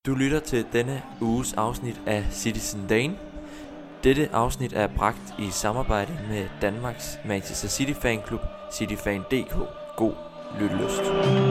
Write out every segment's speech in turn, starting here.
Du lytter til denne uges afsnit af Citizen Dane. Dette afsnit er bragt i samarbejde med Danmarks Manchester City fanklub, cityfan.dk. God lyttelyst.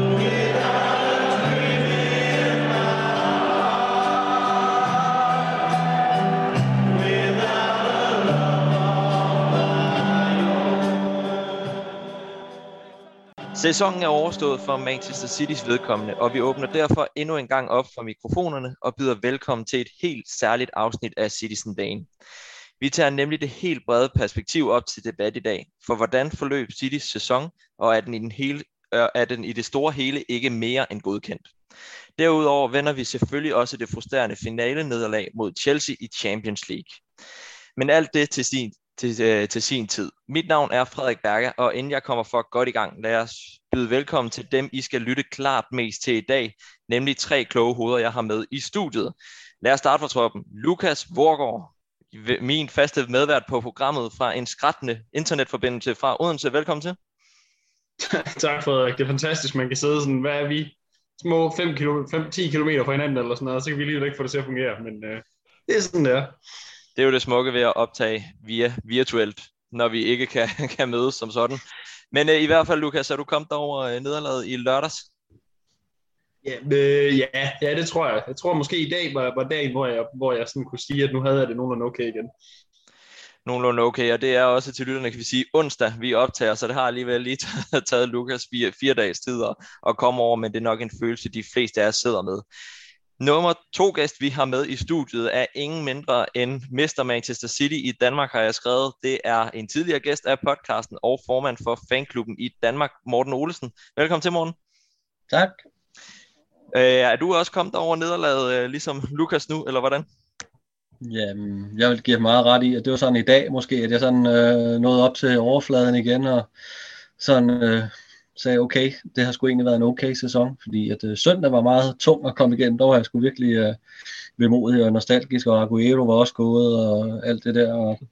Sæsonen er overstået for Manchester Citys vedkommende, og vi åbner derfor endnu en gang op for mikrofonerne og byder velkommen til et helt særligt afsnit af Citizen Dane. Vi tager nemlig det helt brede perspektiv op til debat i dag, for hvordan forløb Citys sæson, og er den i det store hele ikke mere end godkendt. Derudover vender vi selvfølgelig også det frustrerende finale-nederlag mod Chelsea i Champions League. Men alt det til sin tid. Mit navn er Frederik Berger, og inden jeg kommer for godt i gang, lad os byde velkommen til dem, I skal lytte klart mest til i dag, nemlig 3 kloge hoveder, jeg har med i studiet. Lad os starte fra toppen. Lukas Vorgård, min faste medvært på programmet fra en skrattende internetforbindelse fra Odense. Velkommen til. Tak, Frederik. Det er fantastisk, man kan sidde sådan, hvad er vi? Små 5-10 kilometer fra hinanden eller sådan noget, så kan vi lige ikke få det til at fungere, men det er sådan, det er. Det er jo det smukke ved at optage via virtuelt, når vi ikke kan mødes som sådan. Men i hvert fald, Lukas, er du kommet over nederlaget i lørdags? Ja, det tror jeg. Jeg tror måske i dag var dagen, hvor jeg sådan kunne sige, at nu havde jeg det nogenlunde okay igen. Nogenlunde okay, og det er også til lytterne, kan vi sige, onsdag vi optager, så det har alligevel lige taget Lukas 4 dages tid at komme over, men det er nok en følelse, de fleste af os sidder med. Nummer 2 gæst, vi har med i studiet, er ingen mindre end Mr. Manchester City i Danmark, har jeg skrevet. Det er en tidligere gæst af podcasten og formand for fanklubben i Danmark, Morten Olesen. Velkommen til, Morten. Tak. Er du også kommet over nederlaget, ligesom Lukas nu, eller hvordan? Jamen, jeg vil give meget ret i, at det var sådan i dag måske, at jeg sådan nåede op til overfladen igen, og sådan sagde, okay, det har sgu egentlig været en okay sæson, fordi at søndag var meget tung at komme igennem, der var jeg sgu virkelig vemodig og nostalgisk, og Aguero var også gået, og alt det der, og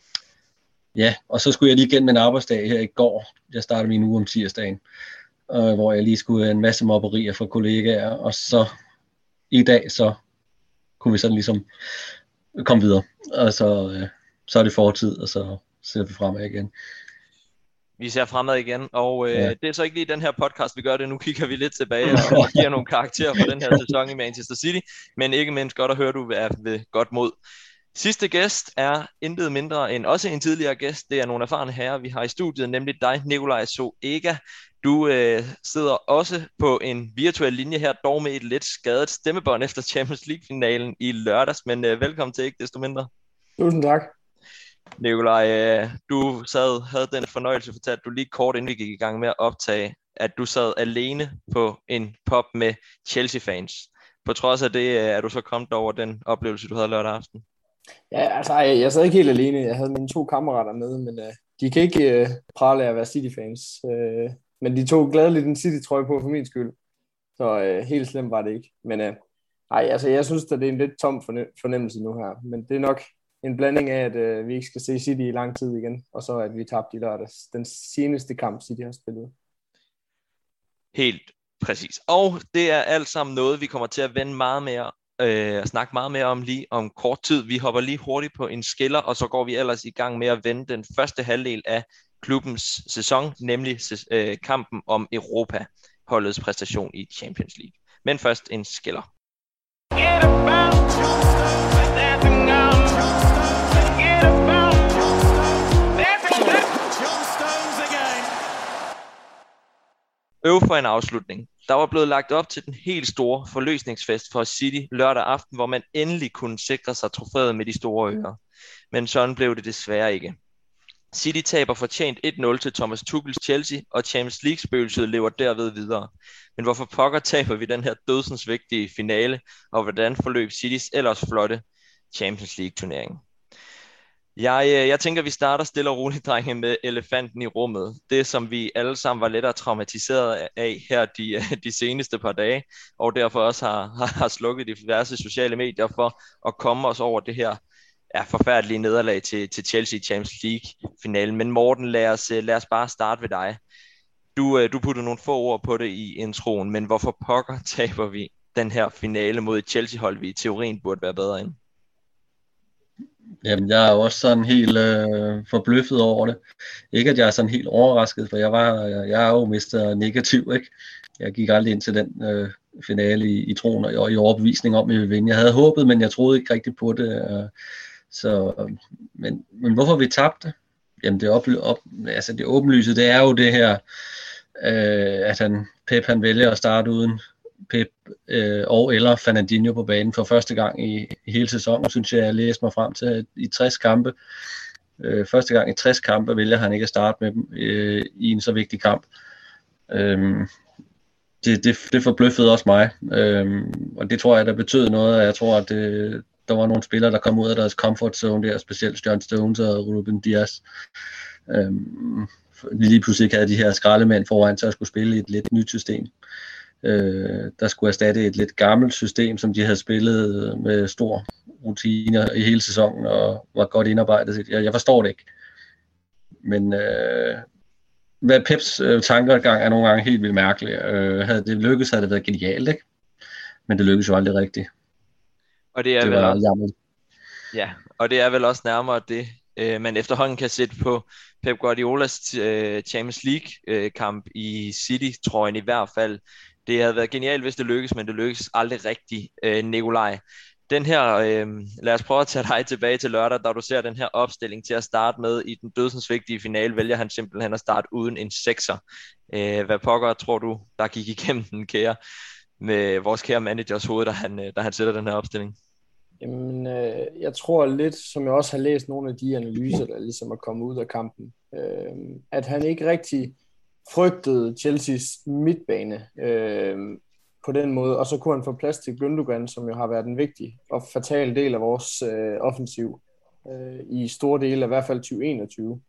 ja, og så skulle jeg lige igennem en arbejdsdag her i går. Jeg startede min uge om tirsdagen, hvor jeg lige skulle en masse mobberier fra kollegaer, og så i dag, så kunne vi sådan ligesom komme videre, og så er det fortid, og så ser vi fremad igen. Vi ser fremad igen, og det er så ikke lige den her podcast, vi gør det. Nu kigger vi lidt tilbage og giver nogle karakterer for den her sæson i Manchester City, men ikke mindst godt at høre, du er ved godt mod. Sidste gæst er intet mindre end også en tidligere gæst. Det er nogle erfarne herrer, vi har i studiet, nemlig dig, Nikolaj Soega. Du sidder også på en virtuel linje her, dog med et lidt skadet stemmebånd efter Champions League-finalen i lørdags, men velkommen til, ikke desto mindre. Tusind tak. Nikolaj, du havde den fornøjelse, fortalte du lige kort inden vi gik i gang med at optage, at du sad alene på en pub med Chelsea-fans. På trods af det, er du så kommet over den oplevelse, du havde lørdag aften? Ja, altså jeg sad ikke helt alene. Jeg havde mine 2 kammerater med, men de kan ikke prale af at være City-fans. Men de tog gladeligt en City-trøje på for min skyld. Så helt slemt var det ikke. Men altså jeg synes, at det er en lidt tom fornemmelse nu her. Men det er nok en blanding af, at vi ikke skal se City i lang tid igen, og så at vi tabte i lørdags. Den seneste kamp, City har spillet. Helt præcis. Og det er alt sammen noget, vi kommer til at vende meget mere snakke meget mere om lige om kort tid. Vi hopper lige hurtigt på en skiller, og så går vi ellers i gang med at vende den første halvdel af klubbens sæson, nemlig kampen om Europa, holdets præstation i Champions League. Men først en skiller. For en afslutning. Der var blevet lagt op til den helt store forløsningsfest for City lørdag aften, hvor man endelig kunne sikre sig trofæet med de store ører. Men sådan blev det desværre ikke. City taber fortjent 1-0 til Thomas Tuchels Chelsea, og Champions League-spøgelset lever derved videre. Men hvorfor pokker taber vi den her dødsens vigtige finale, og hvordan forløb Citys ellers flotte Champions League-turnering? Jeg tænker, vi starter stille og roligt, drenge, med elefanten i rummet. Det, som vi alle sammen var lettere traumatiseret af her de seneste par dage, og derfor også har slukket de diverse sociale medier for at komme os over det her forfærdelige nederlag til Chelsea i Champions League-finalen. Men Morten, lad os bare starte ved dig. Du puttede nogle få ord på det i introen, men hvorfor pokker taber vi den her finale mod et Chelsea-hold, vi i teorien burde være bedre end? Jamen, jeg er også sådan helt forbløffet over det. Ikke at jeg er sådan helt overrasket, for jeg er jo Mr. Negativ, ikke? Jeg gik aldrig ind til den finale i troen og i overbevisning om, at vi ville vinde. Jeg havde håbet, men jeg troede ikke rigtigt på det. Men hvorfor vi tabte? Jamen, det åbenlyse, det er jo det her, at Pep vælger at starte uden Pep og eller Fernandinho på banen for første gang i hele sæsonen, synes jeg læste mig frem til i 60 kampe. Første gang i 60 kampe vælger han ikke at starte med dem i en så vigtig kamp. Det forbløffede også mig, og det tror jeg, der betød noget. Jeg tror, at der var nogle spillere, der kom ud af deres comfort zone der, specielt John Stones og Ruben Dias. Vi lige pludselig ikke havde de her skraldemænd foran til at skulle spille i et lidt nyt system. Der skulle erstatte et lidt gammelt system, som de havde spillet med stor rutiner i hele sæsonen og var godt indarbejdet. Jeg forstår det ikke. Men hvad Peps tankegang er nogle gange helt vildt mærkelig. Havde det lykkes, havde det været genialt, ikke? Men det lykkedes jo aldrig rigtigt. Og det er vel også, ja, og det er vel også nærmere det, man efterhånden kan sætte på Pep Guardiolas Champions League kamp i City-trøjen i hvert fald. Det havde været genialt, hvis det lykkes, men det lykkes aldrig rigtigt, Nikolaj. Den her, lad os prøve at tage dig tilbage til lørdag, da du ser den her opstilling til at starte med i den dødsensvigtige finale, vælger han simpelthen at starte uden en sekser. Hvad pokker tror du, der gik igennem den kære med vores kære managers hoved, da han sætter den her opstilling? Jamen, jeg tror lidt, som jeg også har læst nogle af de analyser, der ligesom er kommet ud af kampen, at han ikke rigtig frygtede Chelseas midtbane på den måde, og så kunne han få plads til Gundogan, som jo har været en vigtig og fatal del af vores offensiv i store dele af i hvert fald 2021.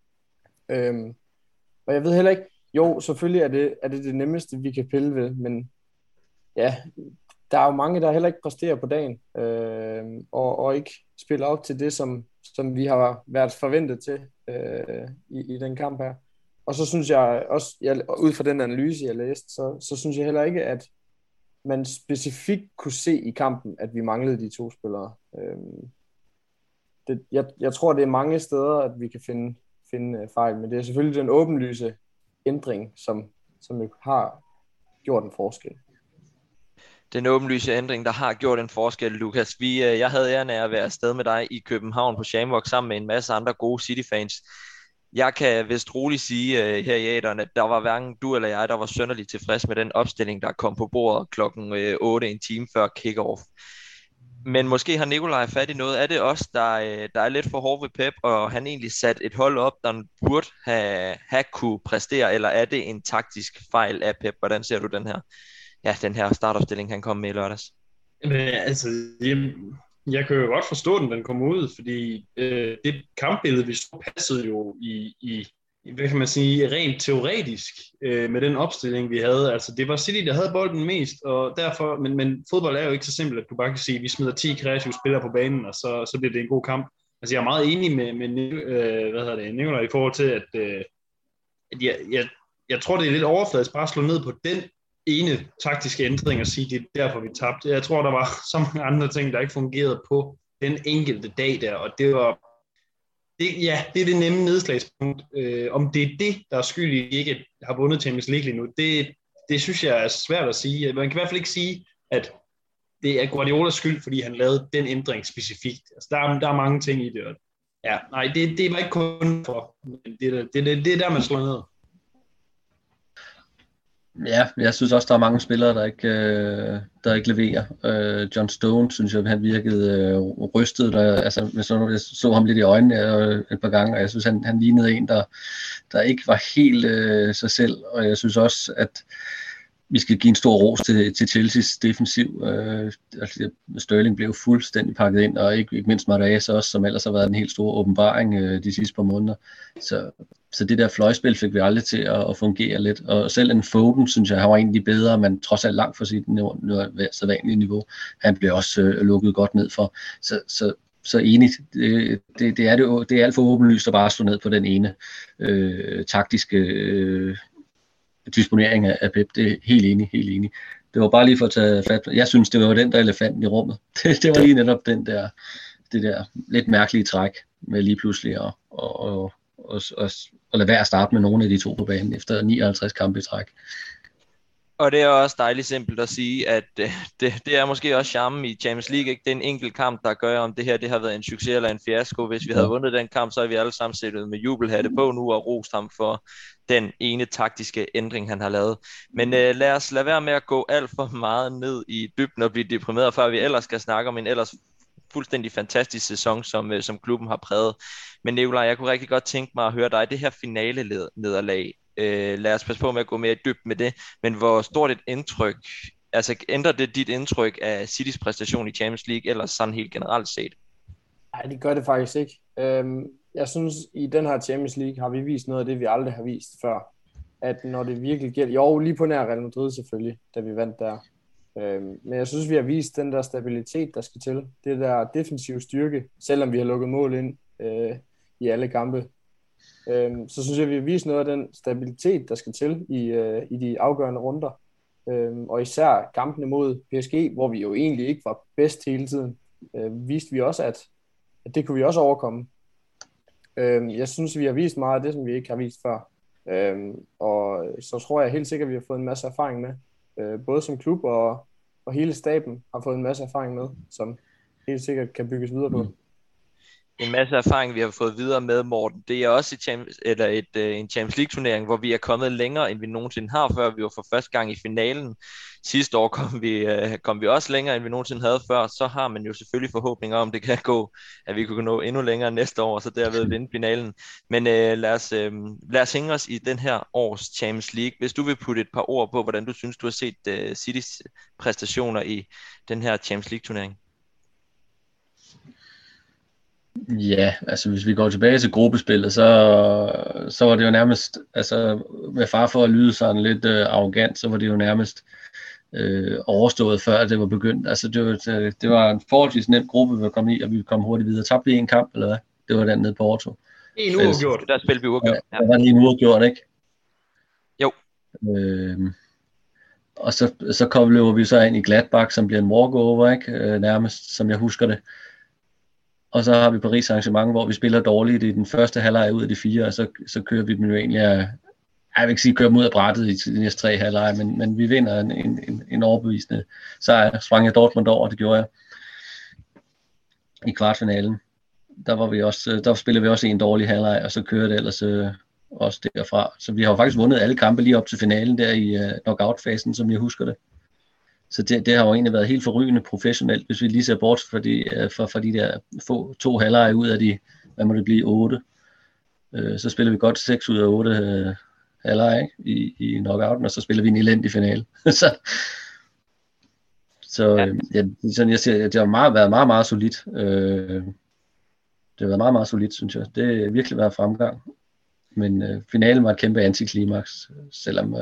Og jeg ved heller ikke, jo, selvfølgelig er det nemmeste, vi kan pille ved, men ja, der er jo mange, der heller ikke præsterer på dagen, og ikke spiller op til det, som vi har været forventet til i den kamp her. Og så synes jeg også, ud fra den analyse, jeg læste, så synes jeg heller ikke, at man specifikt kunne se i kampen, at vi manglede de to spillere. Jeg tror, det er mange steder, at vi kan finde fejl, men det er selvfølgelig den åbenlyse ændring, som har gjort en forskel. Den åbenlyse ændring, der har gjort en forskel, Lukas. Jeg havde æren af at være afsted med dig i København på Shamrock sammen med en masse andre gode City-fans. Jeg kan vist roligt sige her i æteren, at der var hverken du eller jeg, der var synderligt tilfreds med den opstilling, der kom på bordet klokken 8, en time før kick-off. Men måske har Nikolaj fat i noget. Er det os, der er lidt for hård ved Pep, og han egentlig sat et hold op, der burde have kunne præstere, eller er det en taktisk fejl af Pep? Hvordan ser du den her startopstilling, han kom med i lørdags? Altså, jeg kan jo godt forstå den kom ud, fordi det kampbillede, vi så, passede jo i hvad kan man sige, rent teoretisk med den opstilling, vi havde. Altså, det var City, der havde bolden mest, og derfor, men fodbold er jo ikke så simpelt, at du bare kan sige, at vi smider 10 kreative spillere på banen, og så bliver det en god kamp. Altså, jeg er meget enig med Nikolaj i forhold til, at jeg tror, det er lidt overfladisk bare at slå ned på den ene taktiske ændring og sige, det er derfor, vi tabte. Jeg tror, der var så mange andre ting, der ikke fungerede på den enkelte dag der, og det er det nemme nedslagspunkt. Om det er det, der er skyld i, ikke har vundet Champions League lige nu, det synes jeg er svært at sige. Man kan i hvert fald ikke sige, at det er Guardiolas skyld, fordi han lavede den ændring specifikt. Altså, der er mange ting i det. Og ja, nej, det var ikke kun for. Det er der, man slår ned. Ja, jeg synes også, der er mange spillere, der ikke leverer. John Stones, synes jeg, han virkede rystet. Jeg så ham lidt i øjnene et par gange, og jeg synes, han lignede en, der ikke var helt sig selv. Og jeg synes også, at vi skal give en stor ros til Chelseas defensiv. Sterling blev fuldstændig pakket ind, og ikke mindst Mahrez også, som ellers har været en helt stor åbenbaring de sidste par måneder. Så det der fløjspil fik vi aldrig til at fungere lidt. Og selv en Foden, synes jeg, han var egentlig bedre, men trods alt langt fra sit sædvanlige niveau. Han blev også lukket godt ned for. Så enigt, det er alt for åbenlyst at bare slå ned på den ene taktiske disponering af Pep. Det er helt enig. det var bare lige for at tage fat. Jeg synes, det var den der elefanten i rummet. Det var lige netop det der lidt mærkelige træk med lige pludselig at lade være at starte med nogle af de to på banen efter 59 kampe i træk. Og det er også dejligt simpelt at sige, at det er måske også charmen i Champions League. Ikke? Det er en enkelt kamp, der gør, om det her det har været en succes eller en fiasko. Hvis vi havde vundet den kamp, så er vi alle sammen sættet med jubelhatte på nu og rost ham for den ene taktiske ændring, han har lavet. Men lad os lade være med at gå alt for meget ned i dybden og blive deprimeret, før vi ellers skal snakke om en ellers fuldstændig fantastisk sæson, som klubben har præget. Men Nikolaj, jeg kunne rigtig godt tænke mig at høre dig. Det her finale-nederlag, lad os passe på med at gå mere i dybden med det, men hvor stort et indtryk, altså ændrer det dit indtryk af Citys præstation i Champions League, eller sådan helt generelt set? Nej, det gør det faktisk ikke. Jeg synes, i den her Champions League har vi vist noget af det, vi aldrig har vist før. At når det virkelig gælder, jo, lige på nær Real Madrid selvfølgelig, da vi vandt der. Men jeg synes, vi har vist den der stabilitet, der skal til. Det der defensive styrke, selvom vi har lukket mål ind i alle kampe. Så synes jeg, vi har vist noget af den stabilitet, der skal til i de afgørende runder. Og især kampene mod PSG, hvor vi jo egentlig ikke var bedst hele tiden, viste vi også, at det kunne vi også overkomme. Jeg synes, vi har vist meget af det, som vi ikke har vist før. Og så tror jeg helt sikkert, at vi har fået en masse erfaring med. Både som klub og hele staben har fået en masse erfaring med, som helt sikkert kan bygges videre på. En masse erfaring, vi har fået videre med, Morten. Det er også en Champions League turnering, hvor vi er kommet længere, end vi nogensinde har, før vi var for første gang i finalen. Sidste år kom vi også længere, end vi nogensinde havde før. Så har man jo selvfølgelig forhåbninger om, det kan gå, at vi kunne nå endnu længere næste år, så derved vinde finalen. Men lad os hænge os i den her års Champions League. Hvis du vil putte et par ord på, hvordan du synes, du har set Citys præstationer i den her Champions League turnering. Ja, altså hvis vi går tilbage til gruppespillet, så var det jo nærmest, altså med far for at lyde sådan lidt arrogant, så var det jo nærmest overstået før det var begyndt. Altså det var en forholdsvis nem gruppe, vi kom i, og vi kom hurtigt videre. Tabte vi en kamp, eller hvad? Det var den nede på Porto. En uafgjort. Der spillede vi uafgjort. Ja, der var lige en uafgjort, ikke? Jo. Og så løber vi så ind i Gladbach, som bliver en walkover, ikke? Nærmest, som jeg husker det. Og så har vi Paris Saint-Germain, hvor vi spiller dårligt i den første halvleg ud af de 4, og så kører vi dem jo egentlig jeg vil ikke sige kører dem ud af brættet i de næste 3 halvleg, men vi vinder en overbevisende sejr. Sprang jeg Dortmund over, det gjorde jeg i kvartfinalen. Der spiller vi også en dårlig halvleg, og så kører det ellers også derfra. Så vi har jo faktisk vundet alle kampe lige op til finalen der i knockout-fasen, som jeg husker det. Så det har jo egentlig været helt forrygende professionelt, hvis vi lige ser bort fra de der 2 halvleje ud af de, hvad må det blive, 8. Så spiller vi godt 6 ud af 8 halvleje i knockouten, og så spiller vi en elendig finale. Sådan jeg siger, det har været meget, meget solidt. Det har været meget, meget solidt, synes jeg. Det har virkelig været fremgang. Men finalen var et kæmpe antiklimaks, selvom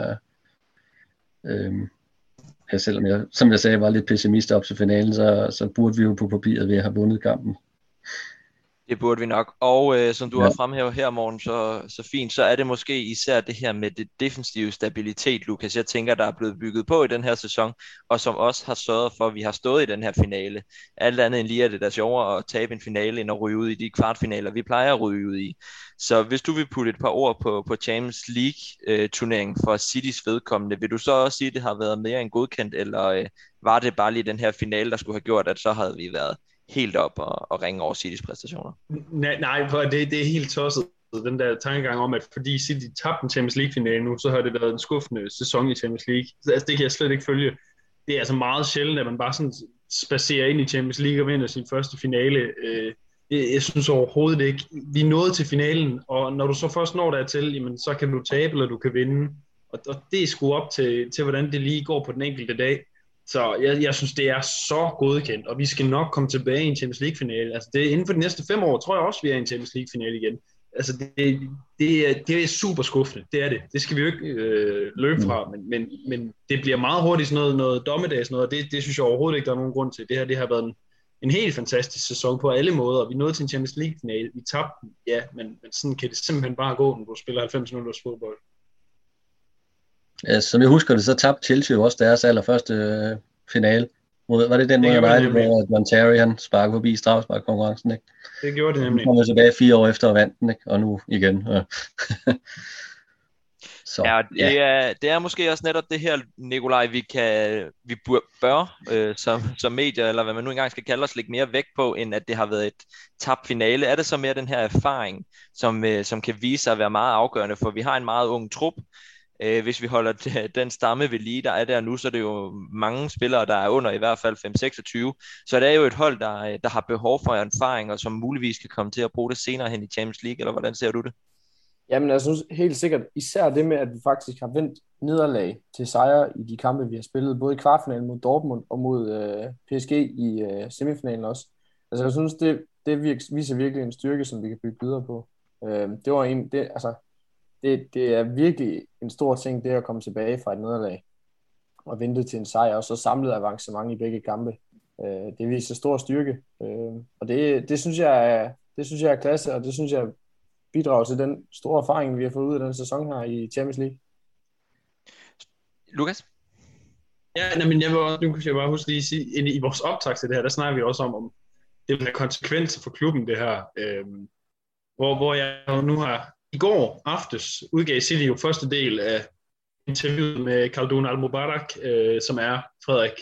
jeg, som jeg sagde, var lidt pessimist op til finalen, så burde vi jo på papiret ved at have vundet kampen. Det burde vi nok. Og som du har fremhævet her, Morten, så fint, så er det måske især det her med det defensive stabilitet, Lukas. Jeg tænker, der er blevet bygget på i den her sæson, og som også har sørget for, at vi har stået i den her finale. Alt andet end lige er det der sjovere at tabe en finale, end at ryge ud i de kvartfinaler, vi plejer at ryge ud i. Så hvis du vil putte et par ord på Champions League-turneringen for Citys vedkommende, vil du så også sige, at det har været mere end godkendt, eller var det bare lige den her finale, der skulle have gjort, at så havde vi været helt op og ringe over Citys præstationer? Nej, for det er helt tosset, den der tankegang om, at fordi City tabte en Champions League-finale nu, så har det været en skuffende sæson i Champions League. Altså, det kan jeg slet ikke følge. Det er altså meget sjældent, at man bare sådan spacerer ind i Champions League og vinder sin første finale. Jeg synes overhovedet ikke. Vi er nået til finalen, og når du så først når dertil, jamen, så kan du tabe, eller du kan vinde. Og det er sgu op til hvordan det lige går på den enkelte dag. Så jeg synes, det er så godkendt, og vi skal nok komme tilbage i en Champions League-finale. Altså, det er inden for de næste 5 år, tror jeg også, vi er i en Champions League-finale igen. Altså, det er super skuffende. Det er det. Det skal vi jo ikke løbe fra, men det bliver meget hurtigt sådan noget dommedags noget, og det synes jeg overhovedet ikke, der er nogen grund til. Det har været en helt fantastisk sæson på alle måder. Vi nåede til en Champions League-finale. Vi tabte den, ja, men sådan kan det simpelthen bare gå, når du spiller 90 minutters fodbold. Ja, som jeg husker det, så tabte Chelsea jo også deres allerførste finale. Var det den mod United, hvor John Terry han sparkede forbi straffesparkkonkurrencen, ikke? Det gjorde det nemlig. Nu kommer tilbage 4 år efter og vandt den, ikke? Og nu igen. Så, ja, det er måske også netop det her, Nikolaj, vi bør som medier, eller hvad man nu engang skal kalde os, lægge mere vægt på, end at det har været et tabt finale. Er det så mere den her erfaring, som kan vise sig at være meget afgørende, for vi har en meget ung trup. Hvis vi holder den stamme ved lige, der er der nu, så er det jo mange spillere, der er under i hvert fald 5-26. Så det er jo et hold, der har behov for erfaring, og som muligvis kan komme til at bruge det senere hen i Champions League, eller hvordan ser du det? Jamen, jeg synes helt sikkert, især det med, at vi faktisk har vendt nederlag til sejre i de kampe, vi har spillet, både i kvartfinalen mod Dortmund og mod PSG i semifinalen også. Altså, jeg synes, det viser virkelig en styrke, som vi kan bygge videre på. Det er virkelig en stor ting, det at komme tilbage fra et nederlag og vente til en sejr, og så samlet avancement i begge kampe. Det viser stor styrke, og det synes jeg er klasse, og det synes jeg bidrager til den store erfaring, vi har fået ud af den sæson her i Champions League. Lukas? Ja, men nu kan jeg bare huske lige at sige, i vores optag til det her, der snakker vi også om det vil have konsekvenser for klubben, det her. Hvor jeg nu har i går aftes udgav City jo første del af interviewet med Khaldoun Al-Mubarak, som er Frederik.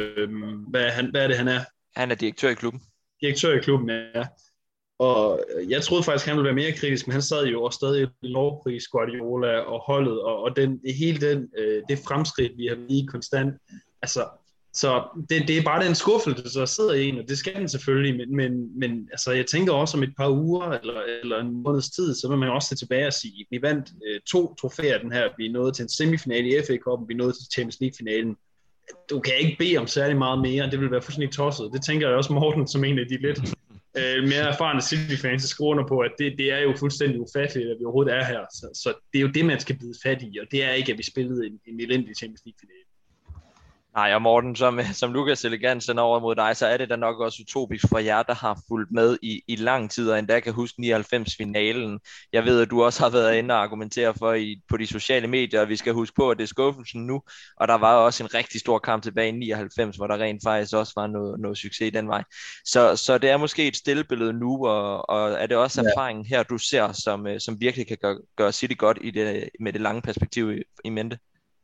Hvad er det, han er? Han er direktør i klubben. Direktør i klubben, ja. Og jeg troede faktisk, han ville være mere kritisk, men han sad jo også stadig i lovpris Guardiola og holdet, og det fremskridt, vi har lige konstant. Altså, så det er bare den skuffelse, der sidder i en, og det skal den selvfølgelig, men altså, jeg tænker også om et par uger eller en måneds tid, så vil man også se tilbage og sige, vi vandt 2 trofæer den her, vi er nået til en semifinale i FA Cup'en, vi er nået til Champions League-finalen. Du kan ikke bede om særlig meget mere, det vil være fuldstændig tosset. Det tænker jeg også Morten som en af de lidt mere erfarne City-fans skriver under på, at det er jo fuldstændig ufatteligt, at vi overhovedet er her. Så det er jo det, man skal bide fat i, og det er ikke, at vi spillede en elendig Champions League-finale. Nej, og Morten, som Lukas elegant sender over mod dig, så er det da nok også utopisk for jer, der har fulgt med i lang tid, og endda kan huske 99-finalen. Jeg ved, at du også har været inde og argumentere for på de sociale medier, og vi skal huske på, at det er skuffelsen nu, og der var også en rigtig stor kamp tilbage i 99, hvor der rent faktisk også var noget succes i den vej. Så det er måske et stillebillede nu, og er det også erfaringen her, du ser, som virkelig kan gøre City godt med det lange perspektiv i mente?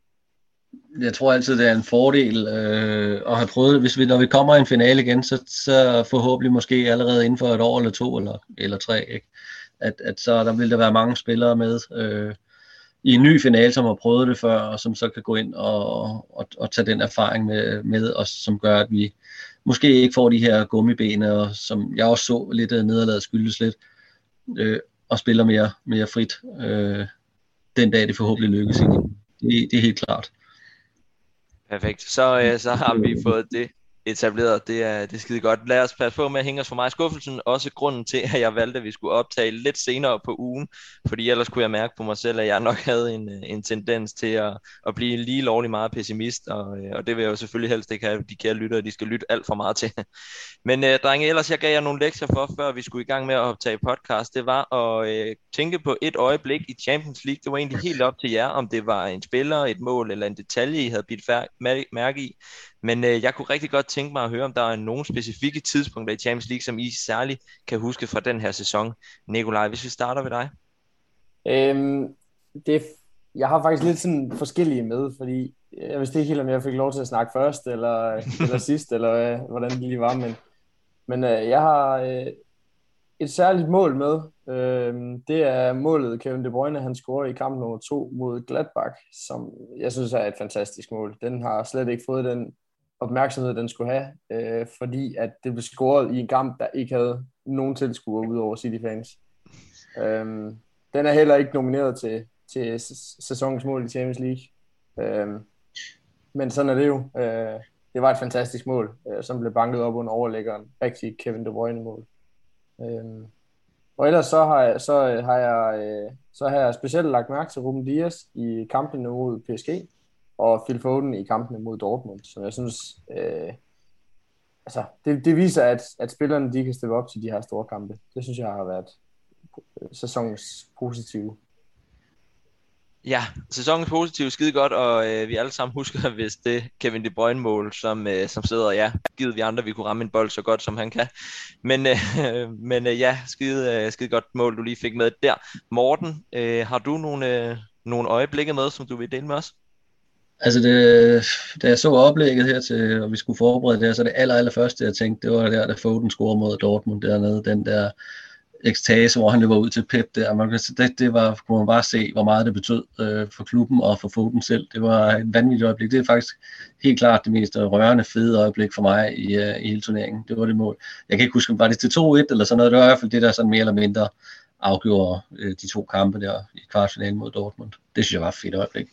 Jeg tror altid, det er en fordel at have prøvet det. Når vi kommer i en finale igen, så forhåbentlig måske allerede inden for et år eller 2 eller 3, ikke? At så der vil der være mange spillere med i en ny finale, som har prøvet det før, og som så kan gå ind og tage den erfaring med os, som gør, at vi måske ikke får de her gummiben, og som jeg også så lidt nederlaget skyldes lidt, og spiller mere frit den dag, det forhåbentlig lykkes igen. Det er helt klart. Perfekt. Så har vi fået det etableret. Det er skide godt. Lad os passe på med at hænge os for mig i skuffelsen. Også grunden til, at jeg valgte, at vi skulle optage lidt senere på ugen. Fordi ellers kunne jeg mærke på mig selv, at jeg nok havde en tendens til at blive lige lovlig meget pessimist. Og det vil jeg jo selvfølgelig helst ikke have. De kære lyttere, de skal lytte alt for meget til. Men drenge, ellers jeg gav jer nogle lektier for, før vi skulle i gang med at optage podcast. Det var at tænke på et øjeblik i Champions League. Det var egentlig helt op til jer, om det var en spiller, et mål eller en detalje, I havde bidt mærke i. Men jeg kunne rigtig godt tænke mig at høre, om der er nogle specifikke tidspunkter i Champions League, som I særligt kan huske fra den her sæson. Nikolaj, hvis vi starter ved dig. Jeg har faktisk lidt sådan forskellige med, fordi jeg vidste ikke helt, om jeg fik lov til at snakke først eller sidst, eller hvordan det lige var. Men jeg har et særligt mål med. Det er målet, Kevin De Bruyne, han scorer i kamp nummer 2 mod Gladbach, som jeg synes er et fantastisk mål. Den har slet ikke fået den opmærksomhed, den skulle have, fordi at det blev scoret i en kamp, der ikke havde nogen tilskuere ud over City-fans. Den er heller ikke nomineret til sæsonens mål i Champions League. Men sådan er det jo. Det var et fantastisk mål, som blev banket op under overlæggeren. Rigtig Kevin De Bruyne-mål. Og ellers så har jeg specielt lagt mærke til Ruben Dias i kampene mod PSG, og Phil Foden i kampene mod Dortmund, som jeg synes, det viser, at spillerne de kan steppe op til de her store kampe. Det synes jeg har været sæsonens positive. Ja, sæsonen er positiv, skide godt, og vi alle sammen husker, hvis det Kevin De Bruyne-mål, som sidder, ja, givet vi andre, vi kunne ramme en bold så godt, som han kan. Men ja, skide godt mål, du lige fik med der. Morten, har du nogle øjeblikke med, som du vil dele med os? Altså, da jeg så oplægget her til, og vi skulle forberede det, så det allerførste, jeg tænkte, det var der, da Foden scorede mod Dortmund dernede, den der ekstase, hvor han løber ud til Pep der. Det var, kunne man bare se, hvor meget det betød for klubben og for Foden selv. Det var et vanvittigt øjeblik. Det er faktisk helt klart det mest rørende, fede øjeblik for mig i hele turneringen. Det var det mål. Jeg kan ikke huske, var det til 2-1 eller sådan noget. Det var i hvert fald det, der sådan mere eller mindre afgjorde de 2 kampe der i kvartfinalen mod Dortmund. Det synes jeg var et fedt øjeblik.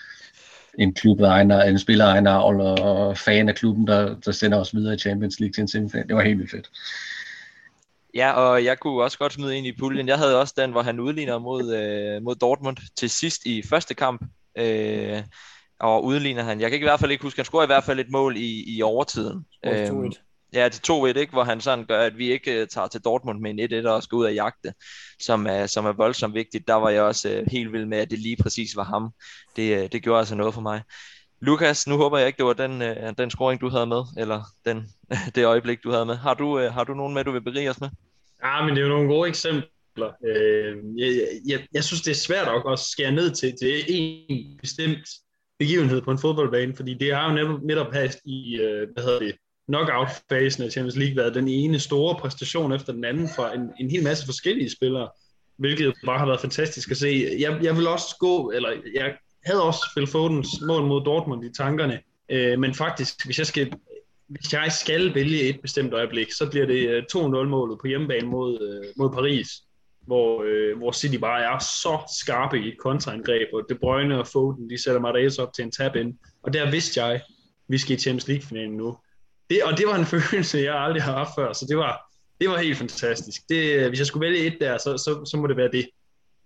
En spiller egen avl og fan af klubben, der sender os videre i Champions League til en semifinal. Det var helt vildt fedt. Ja, og jeg kunne også godt smide ind i puljen. Jeg havde også den, hvor han udligner mod Dortmund til sidst i første kamp. Og udligner han. Jeg kan i hvert fald ikke huske, han scorer i hvert fald et mål i overtiden. Ja, til 2-1, ikke? Hvor han sådan gør, at vi ikke tager til Dortmund med en 1-1 og skal ud og jagte, som er voldsomt vigtigt. Der var jeg også helt vild med, at det lige præcis var ham. Det gjorde altså noget for mig. Lukas, nu håber jeg ikke, det var den scoring, du havde med, eller det øjeblik, du havde med. Har du nogen med, du vil berige os med? Ja, men det er jo nogle gode eksempler. Jeg synes, det er svært at skære ned til en bestemt begivenhed på en fodboldbane, fordi det har jo netop haft i, knockout-fasen af Champions League været den ene store præstation efter den anden fra en hel masse forskellige spillere, hvilket bare har været fantastisk at se. Jeg vil også jeg havde også Phil Fodens mål mod Dortmund i tankerne, men faktisk, hvis jeg skal vælge et bestemt øjeblik, så bliver det 2-0-målet på hjemmebane mod Paris, hvor City bare er så skarpe i et kontraangreb, og De Bruyne og Foden, de sætter Mahrez op til en tap-in, og der vidste jeg, vi skal i Champions League-finalen nu. Og det var en følelse, jeg aldrig har haft før, så det var helt fantastisk. Hvis jeg skulle vælge et der, så må det være det.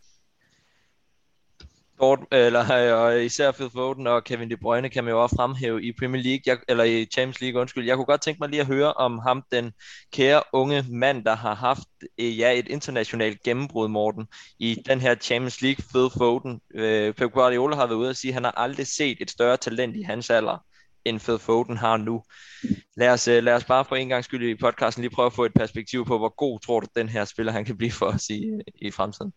Og især Phil Foden og Kevin De Bruyne kan man jo også fremhæve i Premier League, eller i Champions League, undskyld. Jeg kunne godt tænke mig lige at høre om ham, den kære unge mand, der har haft et internationalt gennembrud, Morten, i den her Champions League, Phil Foden. Pep Guardiola har været ude og sige, at han har aldrig set et større talent i hans alder, end Phil Foden har nu. Lad os bare for en gang skyld i podcasten lige prøve at få et perspektiv på, hvor god tror du, den her spiller han kan blive for os i fremtiden.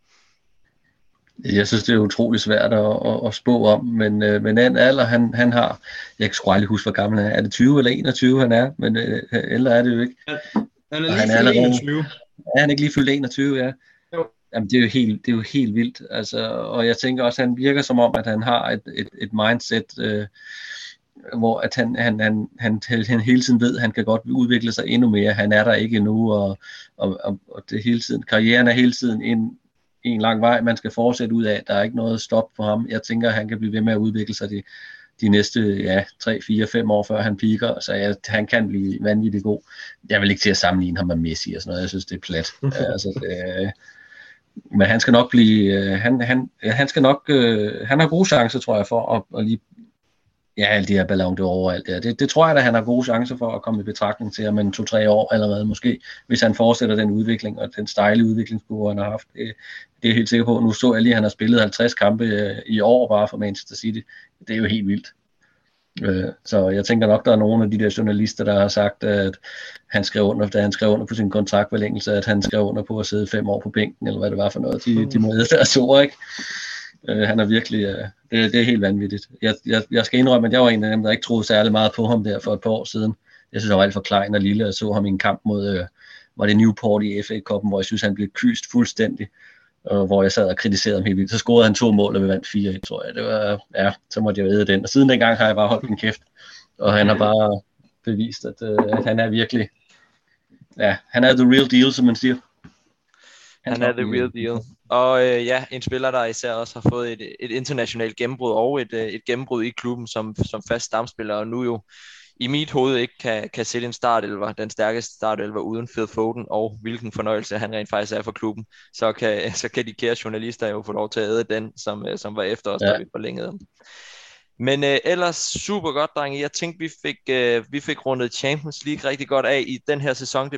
Jeg synes, det er utroligt svært at spå om, men den alder, han har, jeg kan sgu aldrig huske, hvor gammel han er. Er det 20 eller 21, han er? Men ældre er det jo ikke. Han er lige fyldt 21. Er han ikke lige fyldt 21, ja? Jo. Jamen, det er jo helt vildt. Altså, og jeg tænker også, at han virker som om, at han har et mindset, hvor at han hele tiden ved, at han kan godt udvikle sig endnu mere. Han er der ikke endnu, og det hele tiden, karrieren er hele tiden en lang vej, man skal fortsætte ud af. Der er ikke noget stop for ham. Jeg tænker, at han kan blive ved med at udvikle sig de næste 3, 4, 5 år, før han peaker, så han kan blive vanvittigt god. Jeg vil ikke til at sammenligne ham med Messi og sådan noget. Jeg synes, det er plat. Men han skal nok blive... Han skal nok... han har gode chancer, tror jeg, for at lige... Ja, alle de her Ballon d'Or og alt det. Det tror jeg da, han har gode chancer for at komme i betragtning til, om en 2-3 år allerede måske, hvis han fortsætter den udvikling og den stejle udviklingskurve, han har haft. Det er jeg helt sikker på. Nu så jeg lige, at han har spillet 50 kampe i år bare for Manchester City. Det er jo helt vildt. Så jeg tænker nok, der er nogle af de der journalister, der har sagt, at han skrev under, da han skrev under på sin kontraktforlængelse, at han skrev under på at sidde 5 år på bænken, eller hvad det var for noget. De må æde deres ord, ikke? Han er virkelig, det er helt vanvittigt. Jeg skal indrømme, at jeg var en af dem, der ikke troede særlig meget på ham der for et par år siden. Jeg synes, han var alt for klein og lille, og så ham i en kamp mod, var det Newport i FA-cupen, hvor jeg synes, han blev kyst fuldstændig, hvor jeg sad og kritiserede ham helt vildt. Så scorede han 2 mål, og vi vandt 4-1, tror jeg. Det var, så måtte jeg jo æde den. Og siden dengang har jeg bare holdt min kæft, og han har bare bevist, at han er virkelig, han er the real deal, som man siger. Han er the real deal. Og en spiller, der især også har fået et internationalt gennembrud og et gennembrud i klubben som fast stamspiller, og nu jo i mit hoved ikke kan sætte en startelver, den stærkeste startelver uden Phil Foden, og hvilken fornøjelse han rent faktisk er for klubben, så kan de kære journalister jo få lov til at æde den, som var efter os, da vi forlængede dem. Men ellers super godt, drenge. Jeg tænkte, vi fik rundet Champions League rigtig godt af i den her sæson. Det blev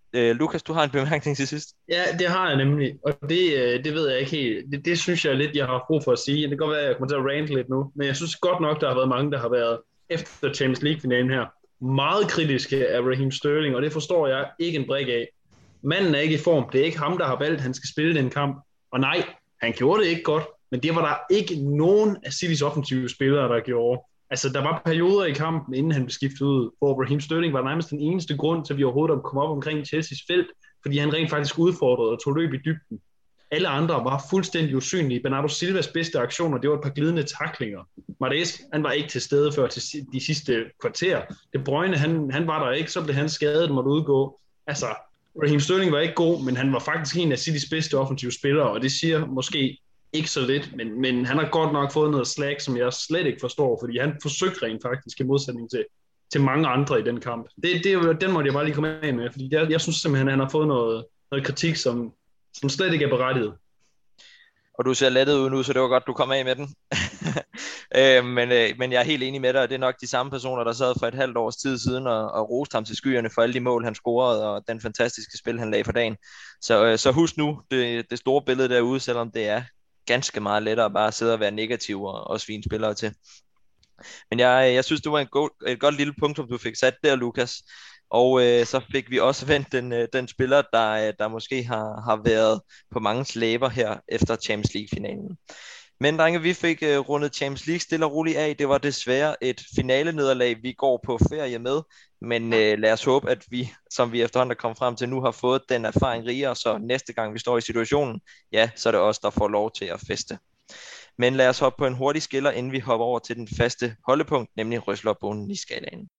Lukas, du har en bemærkning til sidst. Ja, det har jeg nemlig, og det ved jeg ikke helt. Det synes jeg lidt, jeg har brug for at sige. Det kan godt være, at jeg kommer til at rante lidt nu, men jeg synes godt nok, der har været mange, der har været efter Champions League-finalen her meget kritiske af Raheem Sterling, og det forstår jeg ikke en brik af. Manden er ikke i form. Det er ikke ham, der har valgt, at han skal spille den kamp. Og nej, han gjorde det ikke godt, men det var der ikke nogen af Citys offensive spillere, der gjorde. Altså, der var perioder i kampen, inden han blev skiftet ud, hvor Raheem Sterling var nærmest den eneste grund til, at vi overhovedet kom op omkring Chelseas felt, fordi han rent faktisk udfordrede og tog løb i dybden. Alle andre var fuldstændig usynlige. Bernardo Silvas bedste aktioner, det var et par glidende tacklinger. Mahrez, han var ikke til stede før til de sidste kvarter. De Bruyne, han var der ikke, så blev han skadet og måtte udgå. Altså, Raheem Sterling var ikke god, men han var faktisk en af Citys bedste offensive spillere, og det siger måske ikke så lidt, men han har godt nok fået noget slag, som jeg slet ikke forstår, fordi han forsøgte rent faktisk i modsætning til mange andre i den kamp. Den måtte jeg bare lige komme af med, fordi jeg synes simpelthen, at han har fået noget kritik, som slet ikke er berettiget. Og du ser lettet ud nu, så det var godt, du kom af med den. Men jeg er helt enig med dig, og det er nok de samme personer, der sad for et halvt års tid siden og roste ham til skyerne for alle de mål, han scorede, og den fantastiske spil, han lagde for dagen. Så husk nu det store billede derude, selvom det er ganske meget lettere bare at sidde og være negativ og svine spillere til. Men jeg synes, det var et godt lille punktum, du fik sat der, Lukas. Og så fik vi også vendt den spiller, der måske har været på mange slæber her efter Champions League-finalen. Men drenge, vi fik rundet Champions League stille og roligt af. Det var desværre et finalenederlag, vi går på ferie med. Men lad os håbe, at vi, som vi efterhånden er kommet frem til nu, har fået den erfaring rigere, så næste gang vi står i situationen, ja, så er det os, der får lov til at feste. Men lad os hoppe på en hurtig skiller, inden vi hopper over til den faste holdepunkt, nemlig Røslerbunden i skalaen.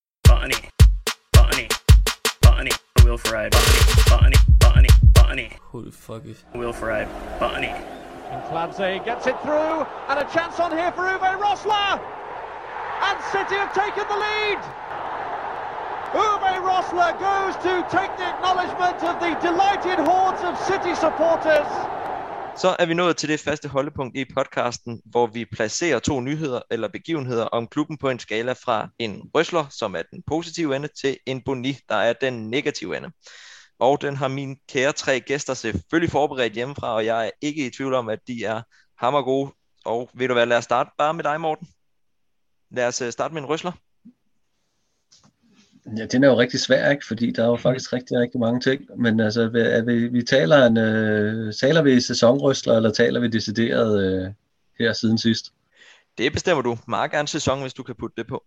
Bunny, Will Ferrari, Bunny. Who the fuck is Will Ferrari, Bunny. And Clancy gets it through, and a chance on here for Uwe Rosler. And City have taken the lead. Uwe Rosler goes to take the acknowledgement of the delighted hordes of City supporters. Så er vi nået til det faste holdepunkt i podcasten, hvor vi placerer 2 nyheder eller begivenheder om klubben på en skala fra en røsler, som er den positive ende, til en boni, der er den negative ende. Og den har mine kære 3 gæster selvfølgelig forberedt hjemmefra, og jeg er ikke i tvivl om, at de er hammergode. Og ved du hvad, lad os starte bare med dig, Morten. Lad os starte med en røsler. Ja, den er jo rigtig svær, ikke? Fordi der er jo faktisk rigtig, rigtig mange ting. Men altså, vi taler vi sæsonrøsler, eller taler vi decideret her siden sidst? Det bestemmer du. Meget gerne sæson, hvis du kan putte det på.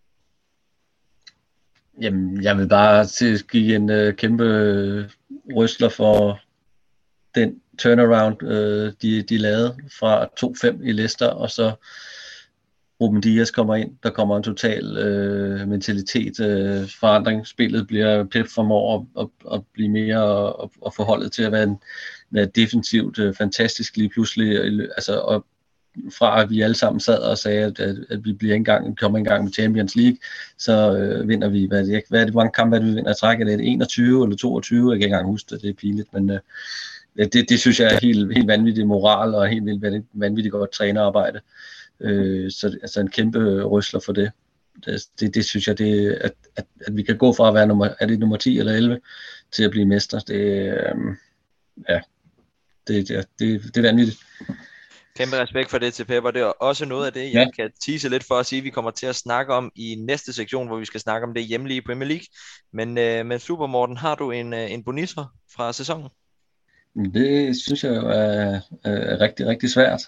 Jamen, jeg vil bare give en kæmpe røsler for den turnaround, de lavede fra 2-5 i Leicester, og så Ruben Dias kommer ind, der kommer en total mentalitet forandring. Spillet bliver Pep formår at blive mere og forholdet til at være defensivt fantastisk lige pludselig. Altså, og fra at vi alle sammen sad og sagde, at vi kommer engang med Champions League, så vinder vi, hvor mange kampe er det, vi vinder i træk? Er det 21 eller 22? Jeg kan ikke engang huske det, det er pinligt, men det synes jeg er helt vanvittig moral og helt vanvittigt godt trænerarbejde. Så altså en kæmpe røsler for det. Det synes jeg, at vi kan gå fra at være nummer 10 eller 11 til at blive mester. Det er vanvittigt. Kæmpe respekt for det til Pep, og det er også noget af det, jeg kan tease lidt for at sige, at vi kommer til at snakke om i næste sektion, hvor vi skal snakke om det hjemlige Premier League. Men super, Morten, har du en bonusser fra sæsonen? Det synes jeg jo er rigtig, rigtig svært.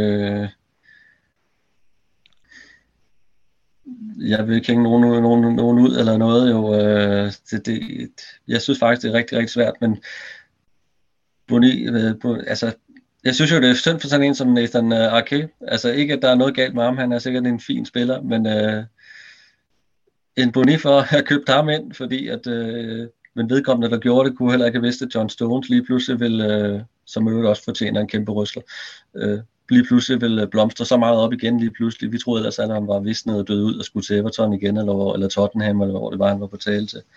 Jeg vil ikke hænge nogen ud eller noget. Jo, jeg synes faktisk, det er rigtig, rigtig svært, men Boni, altså, jeg synes jo, det er synd for sådan en som Nathan Ake. Altså ikke, at der er noget galt med ham. Han er sikkert en fin spiller, men en Boni for at have købt ham ind, fordi at men vedkommende, der gjorde det, kunne heller ikke have vidst, at John Stones lige pludselig ville, som øvrigt også fortjener en kæmpe røsler, lige pludselig ville blomstre så meget op igen lige pludselig. Vi troede ellers, at han var visnet og død ud og skulle til Everton igen, eller Tottenham, eller hvor det var, han var på tale til.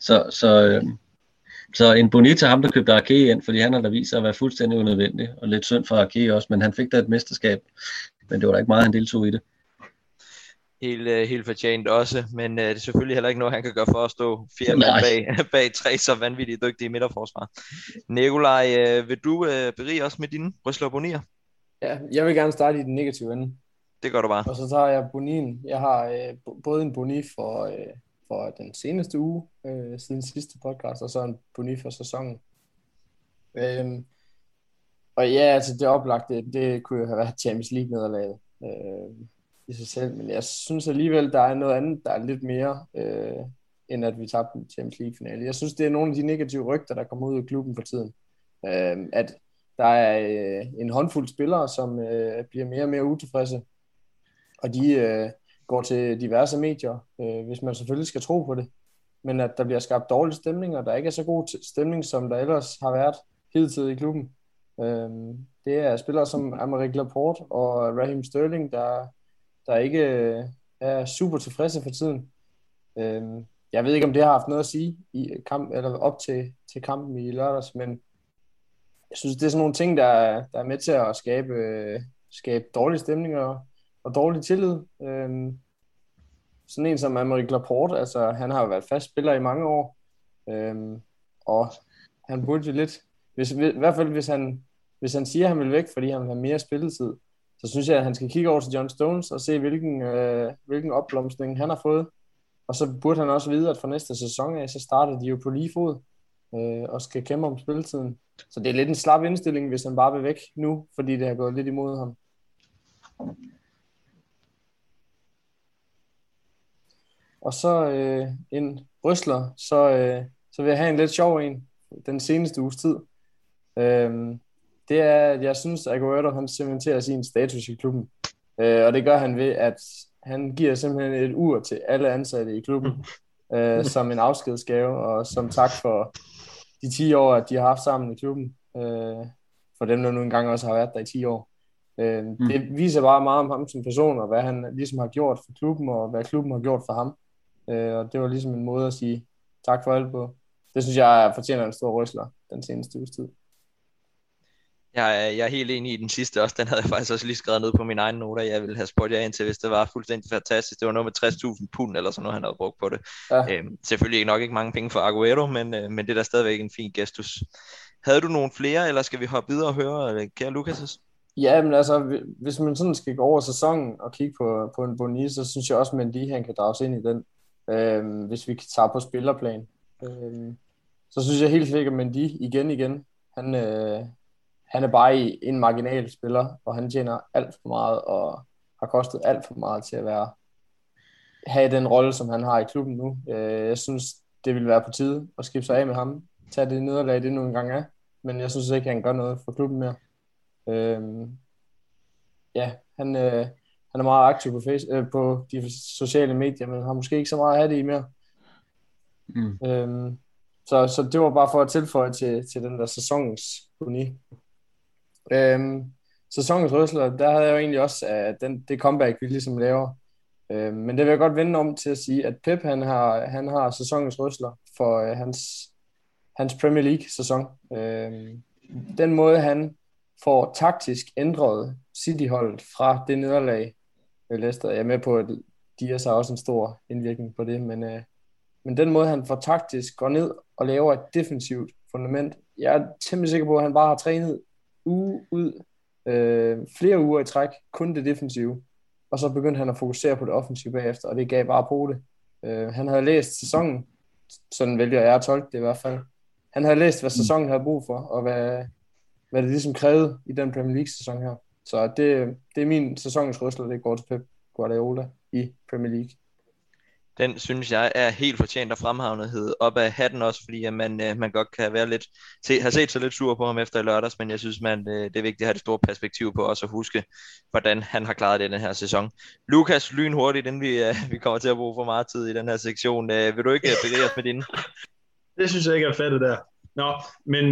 Så en boni til ham, der købte Ake ind, fordi han har da vist sig at være fuldstændig unødvendig, og lidt synd for Ake også, men han fik da et mesterskab, men det var da ikke meget, han deltog i det. Helt fortjent også, men det er selvfølgelig heller ikke noget, han kan gøre for at stå fjerde mand bag 3 så vanvittigt dygtige midterforsvar. Nikolaj, vil du berige os med dine Røsler og Bonier? Ja, jeg vil gerne starte i den negative ende. Det gør du bare. Og så tager jeg bonien. Jeg har både en boni for den seneste uge, siden sidste podcast, og så en boni for sæsonen. Og ja, altså det oplagte, det kunne jo have været Champions League-nederlaget i sig selv, men jeg synes alligevel, der er noget andet, der er lidt mere, end at vi tabte en Champions League-finale. Jeg synes, det er nogle af de negative rygter, der kommer ud af klubben for tiden. At der er en håndfuld spillere, som bliver mere og mere utilfredse, og de går til diverse medier, hvis man selvfølgelig skal tro på det, men at der bliver skabt dårlig stemning, og der ikke er så god stemning, som der ellers har været hidtil i klubben. Det er spillere som Aymeric Laporte og Raheem Sterling, der ikke er super tilfredse for tiden. Jeg ved ikke, om det har haft noget at sige i kamp, eller op til kampen i lørdags, men jeg synes, det er sådan nogle ting, der er med til at skabe dårlige stemninger og dårlig tillid. Sådan en som Aymeric Laporte, altså han har jo været fast spiller i mange år, og han burde jo lidt, i hvert fald hvis han siger, at han vil væk, fordi han vil have mere spilletid, så synes jeg, at han skal kigge over til John Stones og se, hvilken opblomstring han har fået. Og så burde han også vide, at for næste sæson af, så starter de jo på lige fod og skal kæmpe om spilletiden. Så det er lidt en slap indstilling, hvis han bare vil væk nu, fordi det har gået lidt imod ham. Og så en Røsler, så vil jeg have en lidt sjov en den seneste uges tid. Det er, at jeg synes, at Aguero han cementerer sin status i klubben. Og det gør han ved, at han giver simpelthen et ur til alle ansatte i klubben som en afskedsgave, og som tak for de 10 år, at de har haft sammen i klubben. For dem, der nu engang også har været der i 10 år. Det viser bare meget om ham som person, og hvad han ligesom har gjort for klubben, og hvad klubben har gjort for ham. Og det var ligesom en måde at sige tak for alt på. Det synes jeg fortjener en stor Røsler den seneste uges tid. Jeg er helt enig i den sidste også. Den havde jeg faktisk også lige skrevet ned på mine egne noter. Jeg ville have spurgt jer ind til, hvis det var fuldstændig fantastisk. Det var noget med 60.000 pund eller sådan noget, han havde brugt på det. Ja. Selvfølgelig nok ikke mange penge for Aguero, men det er da stadigvæk en fin gestus. Havde du nogle flere, eller skal vi hoppe videre og høre, kære Lukas? Ja, men altså, hvis man sådan skal gå over sæsonen og kigge på en Boni, så synes jeg også, at Mendy han kan drages ind i den. Hvis vi tager på spillerplan. Så synes jeg helt sikkert, at Mendy igen, han er bare en marginal spiller, og han tjener alt for meget, og har kostet alt for meget til at have den rolle, som han har i klubben nu. Jeg synes, det vil være på tide at skifte sig af med ham. Tag det nederlag, det nu engang er. Men jeg synes ikke, han gør noget for klubben mere. Han er meget aktiv på de sociale medier, men har måske ikke så meget at have det i mere. Så det var bare for at tilføje til den der sæsonens boni. Sæsonens Røsler, der havde jeg jo egentlig også det comeback, vi ligesom laver. Men det vil jeg godt vende om til at sige, at Pep han har sæsonens Røsler for hans Premier League-sæson. Den måde, han får taktisk ændret City-holdet fra det nederlag ved Leicester. Jeg er med på, at Diaz har også en stor indvirkning på det, men den måde, han får taktisk går ned og laver et defensivt fundament. Jeg er temmelig sikker på, at han bare har trænet flere uger i træk, kun det defensive, og så begyndte han at fokusere på det offensive bagefter, og det gav bare på det. Han havde læst sæsonen, sådan vælger jeg at tolke det i hvert fald. Han havde læst, hvad sæsonen havde brug for, og hvad det ligesom krævede i den Premier League-sæson her. Så det er min sæsonens Røsler, det går til Pep Guardiola i Premier League. Den synes jeg er helt fortjent og fremhavnet op af hatten også, fordi at man godt kan være lidt, har set så lidt sur på ham efter i lørdags, men jeg synes, det er vigtigt at have det store perspektiv på også at huske, hvordan han har klaret det i den her sæson. Lukas, lynhurtigt, inden vi kommer til at bruge for meget tid i den her sektion. Vil du ikke berige os med dine? Det synes jeg ikke er fattet der. Nå, men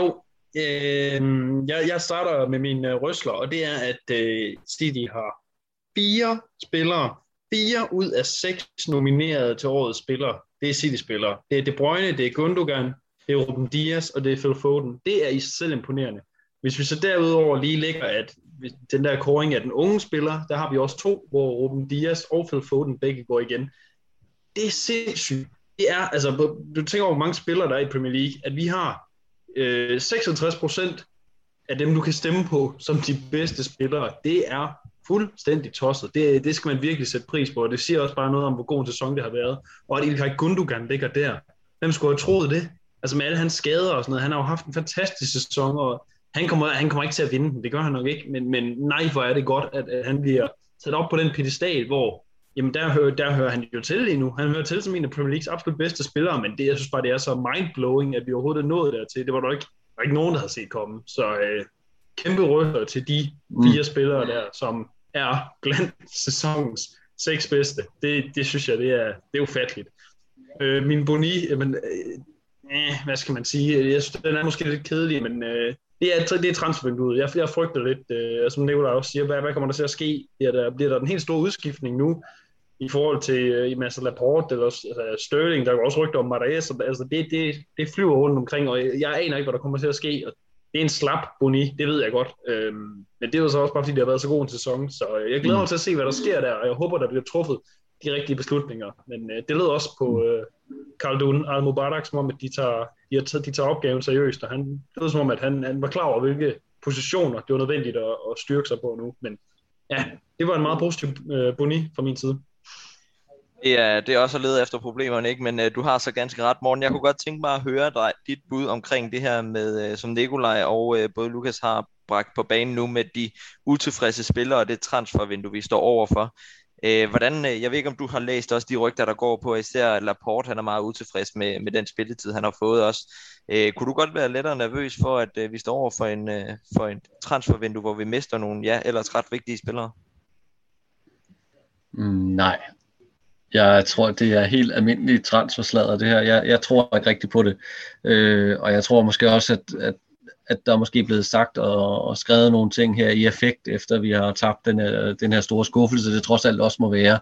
jeg starter med mine Røsler, og det er, at City har 4 spillere, 4 ud af 6 nominerede til årets spillere. Det er City-spillere. Det er De Bruyne, det er Gundogan, det er Ruben Dias, og det er Phil Foden. Det er i sig selv imponerende. Hvis vi så derudover lige lægger, at den der kåring af den unge spiller, der har vi også 2, hvor Ruben Dias og Phil Foden begge går igen. Det er sindssygt. Det er, altså, du tænker over, hvor mange spillere der er i Premier League, at vi har 66% af dem, du kan stemme på, som de bedste spillere. Det er fuldstændig tosset. Det skal man virkelig sætte pris på, og det siger også bare noget om, hvor god en sæson det har været. Og at Ilkay Gundogan ligger der. Hvem skulle have troet det? Altså med alle hans skader og sådan noget. Han har jo haft en fantastisk sæson, og han kommer ikke til at vinde den. Det gør han nok ikke, men nej, hvor er det godt, at han bliver sat op på den pedestal, hvor jamen der hører han jo til lige nu. Han hører til som en af Premier Leagues absolut bedste spillere, men jeg synes bare, det er så mindblowing, at vi overhovedet er nået dertil. Det var der ikke nogen, der havde set komme. Så kæmpe rødhør til de 4 spillere der, som er blandt sæsonens 6 bedste. Det synes jeg, det er ufatteligt. Min Boni, hvad skal man sige? Jeg synes, den er måske lidt kedelig, men det er transfervinduet. Jeg frygter lidt, som Nicolaj også siger, hvad kommer der til at ske? Bliver der den helt store udskiftning nu, i forhold til Marcel Laporte, eller Sterling, der er også rygter om Mahrez, altså det flyver rundt omkring, og jeg aner ikke, hvad der kommer til at ske, og det er en slap Boni, det ved jeg godt, men det er jo så også bare, fordi det har været så god en sæson, så jeg glæder mig til at se, hvad der sker der, og jeg håber, der bliver truffet de rigtige beslutninger, men det lød også på Khaldoun Al-Mubarak, som om, at de tager opgaven seriøst, og det lød som om, at han var klar over, hvilke positioner det var nødvendigt at styrke sig på nu, men ja, det var en meget positiv Boni fra min side. Det er også at lede efter problemerne, ikke? Men du har så ganske ret, Morten. Jeg kunne godt tænke mig at høre dig, dit bud omkring det her med, som Nicolaj og både Lukas har bragt på banen nu, med de utilfredse spillere og det transfervindue, vi står overfor. Jeg ved ikke, om du har læst også de rygter, der går på, især Laporte, han er meget utilfreds med den spilletid, han har fået også. Kunne du godt være lettere nervøs for, at vi står over for en transfervindue, hvor vi mister nogle, ellers ret vigtige spillere? Nej. Jeg tror, det er helt almindeligt transfersladder, det her. Jeg tror ikke rigtigt på det. Og jeg tror måske også, at der er måske blevet sagt og skrevet nogle ting her i effekt, efter vi har tabt den her store skuffelse, det trods alt også må være.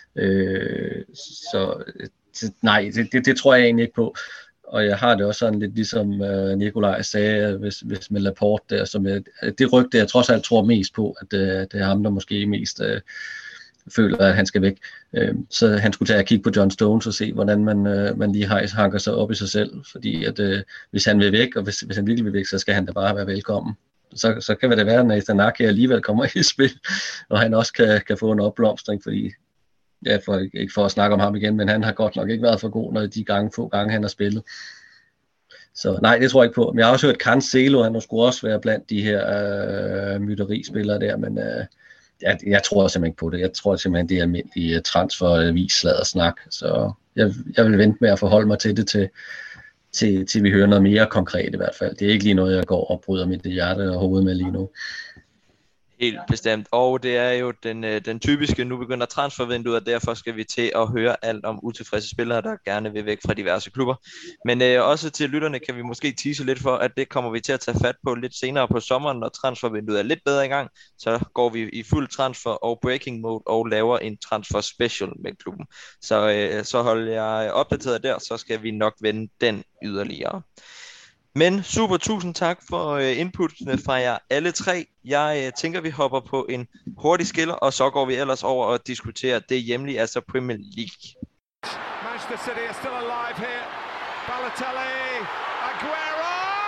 Nej, det tror jeg egentlig ikke på. Og jeg har det også sådan lidt ligesom Nicolaj sagde, hvis med Laporte der, som det rygte, jeg trods alt tror mest på, at det er ham, der måske mest føler, at han skal væk. Så han skulle tage og kigge på John Stones og se, hvordan man lige hanker sig op i sig selv. Fordi at hvis han vil væk, og hvis han virkelig vil væk, så skal han da bare være velkommen. Så kan det være, at Nathan Ake alligevel kommer i spil, og han også kan få en opblomstring, fordi ikke for at snakke om ham igen, men han har godt nok ikke været for god, når de få gange han har spillet. Så nej, det tror jeg ikke på. Men jeg har også hørt Cancelo, han skulle også være blandt de her mytterispillere der, men jeg tror simpelthen ikke på det. Jeg tror simpelthen, det er almindelig transfer-vis-sladdersnak. Så jeg vil vente med at forholde mig til det, til vi hører noget mere konkret i hvert fald. Det er ikke lige noget, jeg går og bryder mit hjerte og hoved med lige nu. Helt bestemt, og det er jo den typiske, nu begynder transfervinduet, og derfor skal vi til at høre alt om utilfredse spillere, der gerne vil væk fra diverse klubber. Men også til lytterne kan vi måske tease lidt for, at det kommer vi til at tage fat på lidt senere på sommeren, når transfervinduet er lidt bedre i gang. Så går vi i fuld transfer og breaking mode og laver en transfer special med klubben. Så hold jeg opdateret der, så skal vi nok vende den yderligere. Men super, tusind tak for inputtene fra jer alle tre. Jeg tænker, vi hopper på en hurtig skiller, og så går vi ellers over og diskuterer det hjemlige, altså Premier League. Manchester City are still alive here. Balotelli, Aguero!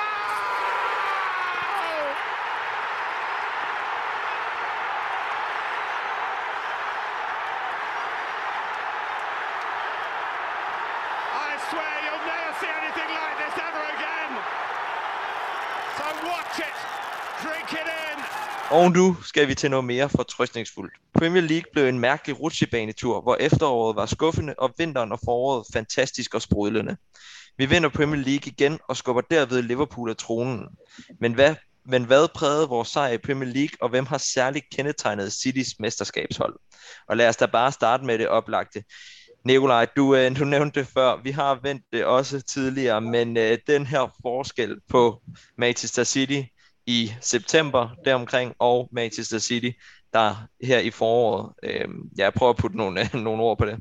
I swear you'll never see anything like this ever again. So watch it, drink it in. Og nu skal vi til noget mere fortrøstningsfuldt. Premier League blev en mærkelig rutsjebanetur, hvor efteråret var skuffende, og vinteren og foråret fantastisk og sprudlende. Vi vinder Premier League igen og skubber derved Liverpool af tronen. Men hvad prægede vores sejr i Premier League, og hvem har særligt kendetegnet Citys mesterskabshold? Og lad os da bare starte med det oplagte. Nicolaj, du nævnte det før, vi har vendt det også tidligere, men den her forskel på Manchester City i september deromkring, og Manchester City, der her i foråret, jeg prøver at putte nogle ord på det.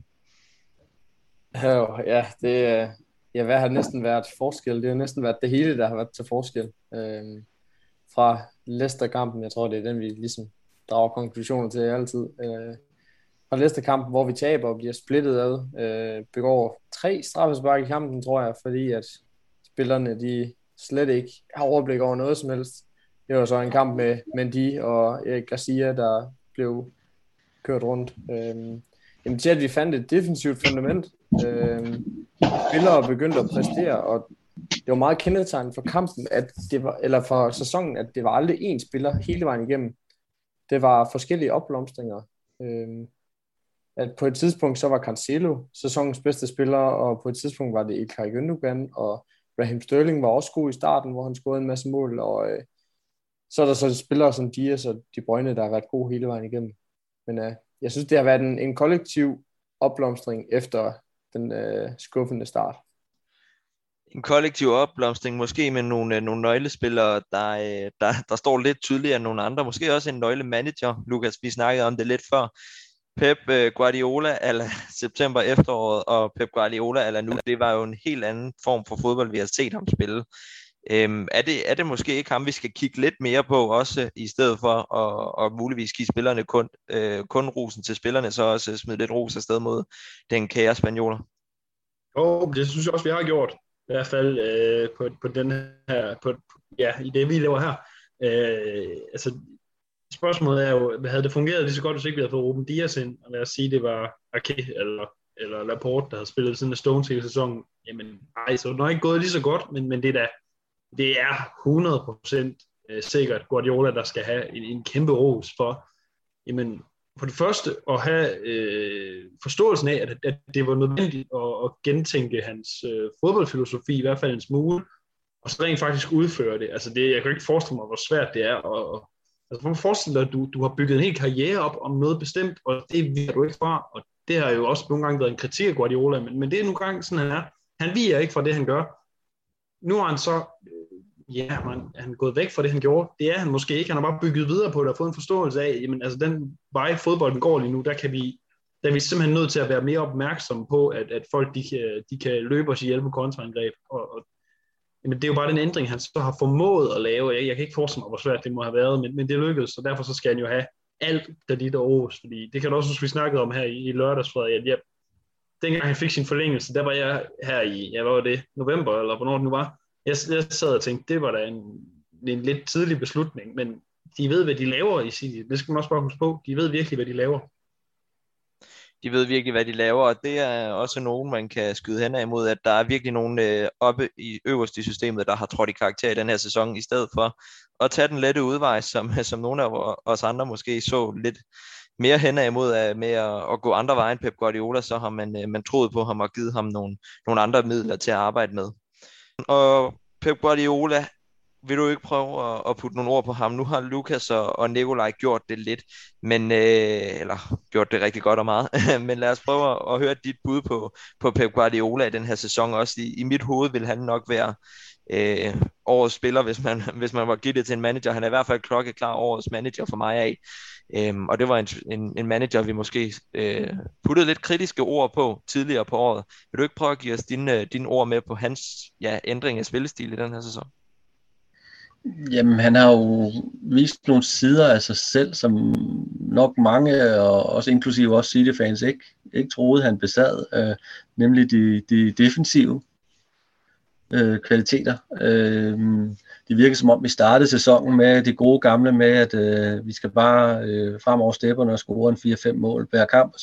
Hvad har næsten været forskel? Det har næsten været det hele, der har været til forskel. fra Leicester-kampen. Jeg tror, det er den, vi ligesom drager konklusioner til altid. Fra Leicester-kampen, hvor vi taber og bliver splittet ad, begår 3 straffespark i kampen, tror jeg, fordi at spillerne, de slet ikke har overblik over noget som helst. Det var så en kamp med Mendy og Eric Garcia, der blev kørt rundt. Jamen til at vi fandt et defensivt fundament. Spillere begyndte at præstere, og det var meget kendetegnet for kampen, at det var, eller for sæsonen, at det var aldrig én spiller hele vejen igennem. Det var forskellige opblomstringer. At på et tidspunkt så var Cancelo sæsonens bedste spiller, og på et tidspunkt var det Ilkay Gündogan, og Raheem Sterling var også god i starten, hvor han scorede en masse mål, og så er der så spillere som Diaz og De Bruyne, der har været gode hele vejen igennem. Men jeg synes, det har været en kollektiv opblomstring efter den skuffende start. En kollektiv opblomstring, måske med nogle nøglespillere, der står lidt tydeligere end nogle andre. Måske også en nøglemanager, Lukas, vi snakkede om det lidt før. Pep Guardiola eller september efteråret, og Pep Guardiola eller nu, det var jo en helt anden form for fodbold, vi har set ham spille. Er det måske ikke ham, vi skal kigge lidt mere på også, i stedet for at muligvis give spillerne kun rosen til spillerne, så også smide lidt ros afsted mod den kære spanioler? Det synes jeg også, vi har gjort. I hvert fald på den her, i det vi laver her. Altså, spørgsmålet er jo, havde det fungeret lige så godt, hvis ikke vi havde fået Ruben Dias ind, og lad os sige, det var Ake eller Laporte, der havde spillet siden af Stones hele sæsonen. Jamen, så det er nok ikke gået lige så godt, men det er 100% sikkert Guardiola, der skal have en kæmpe ros for. Jamen, for det første at have forståelsen af, at det var nødvendigt at gentænke hans fodboldfilosofi, i hvert fald en smule, og så rent faktisk udføre det. Altså jeg kan ikke forestille mig, hvor svært det er. Altså man forestiller dig, at du har bygget en hel karriere op om noget bestemt, og det viger du ikke fra, og det har jo også nogle gange været en kritik af Guardiola, men det er nogle gange sådan, han er. Han viger ikke fra det, han gør. Nu er han så... han er gået væk fra det, han gjorde. Det er han måske ikke. Han har bare bygget videre på det og fået en forståelse af, jamen, altså den vej fodbolden går lige nu, der er vi simpelthen nødt til at være mere opmærksomme på, at folk de kan løbe os ihjel på kontraangreb. Og jamen, det er jo bare den ændring, han så har formået at lave. Jeg kan ikke forestille mig, hvor svært det må have været, men det lykkedes, og derfor så skal han jo have alt kredit og ros, fordi det kan du også huske, vi snakkede om her i lørdags, Frederik, dengang han fik sin forlængelse, der var jeg her i, hvad var det, november, eller hvornår det nu var. Jeg sad og tænkte, det var da en lidt tidlig beslutning, men de ved, hvad de laver i City. Det skal man også bare huske på. De ved virkelig, hvad de laver. De ved virkelig, hvad de laver, og det er også nogen, man kan skyde hen imod, at der er virkelig nogen oppe i øverst i systemet, der har trådt i karakter i den her sæson, i stedet for at tage den lette udvej, som nogle af os andre måske så lidt mere hen imod med at gå andre veje end Pep Guardiola, så har man troet på ham og givet ham nogle andre midler til at arbejde med. Og Pep Guardiola, vil du ikke prøve at putte nogle ord på ham? Nu har Lukas og Nikolaj gjort det lidt, men, eller gjort det rigtig godt og meget, men lad os prøve at høre dit bud på Pep Guardiola i den her sæson. Også i mit hoved vil han nok være årets spiller, hvis man var givet det til en manager. Han er i hvert fald klokkeklar årets manager for mig af. Og det var en manager, vi måske puttede lidt kritiske ord på tidligere på året. Vil du ikke prøve at give os dine ord med på hans ændring af spillestil i den her sæson? Jamen, han har jo vist nogle sider af sig selv, som nok mange, og også inklusive også City-fans, ikke troede, han besad, nemlig de defensive kvaliteter. Det virker som om, vi startede sæsonen med det gode gamle med, at vi skal bare frem over stepperne og score en 4-5 mål hver kamp,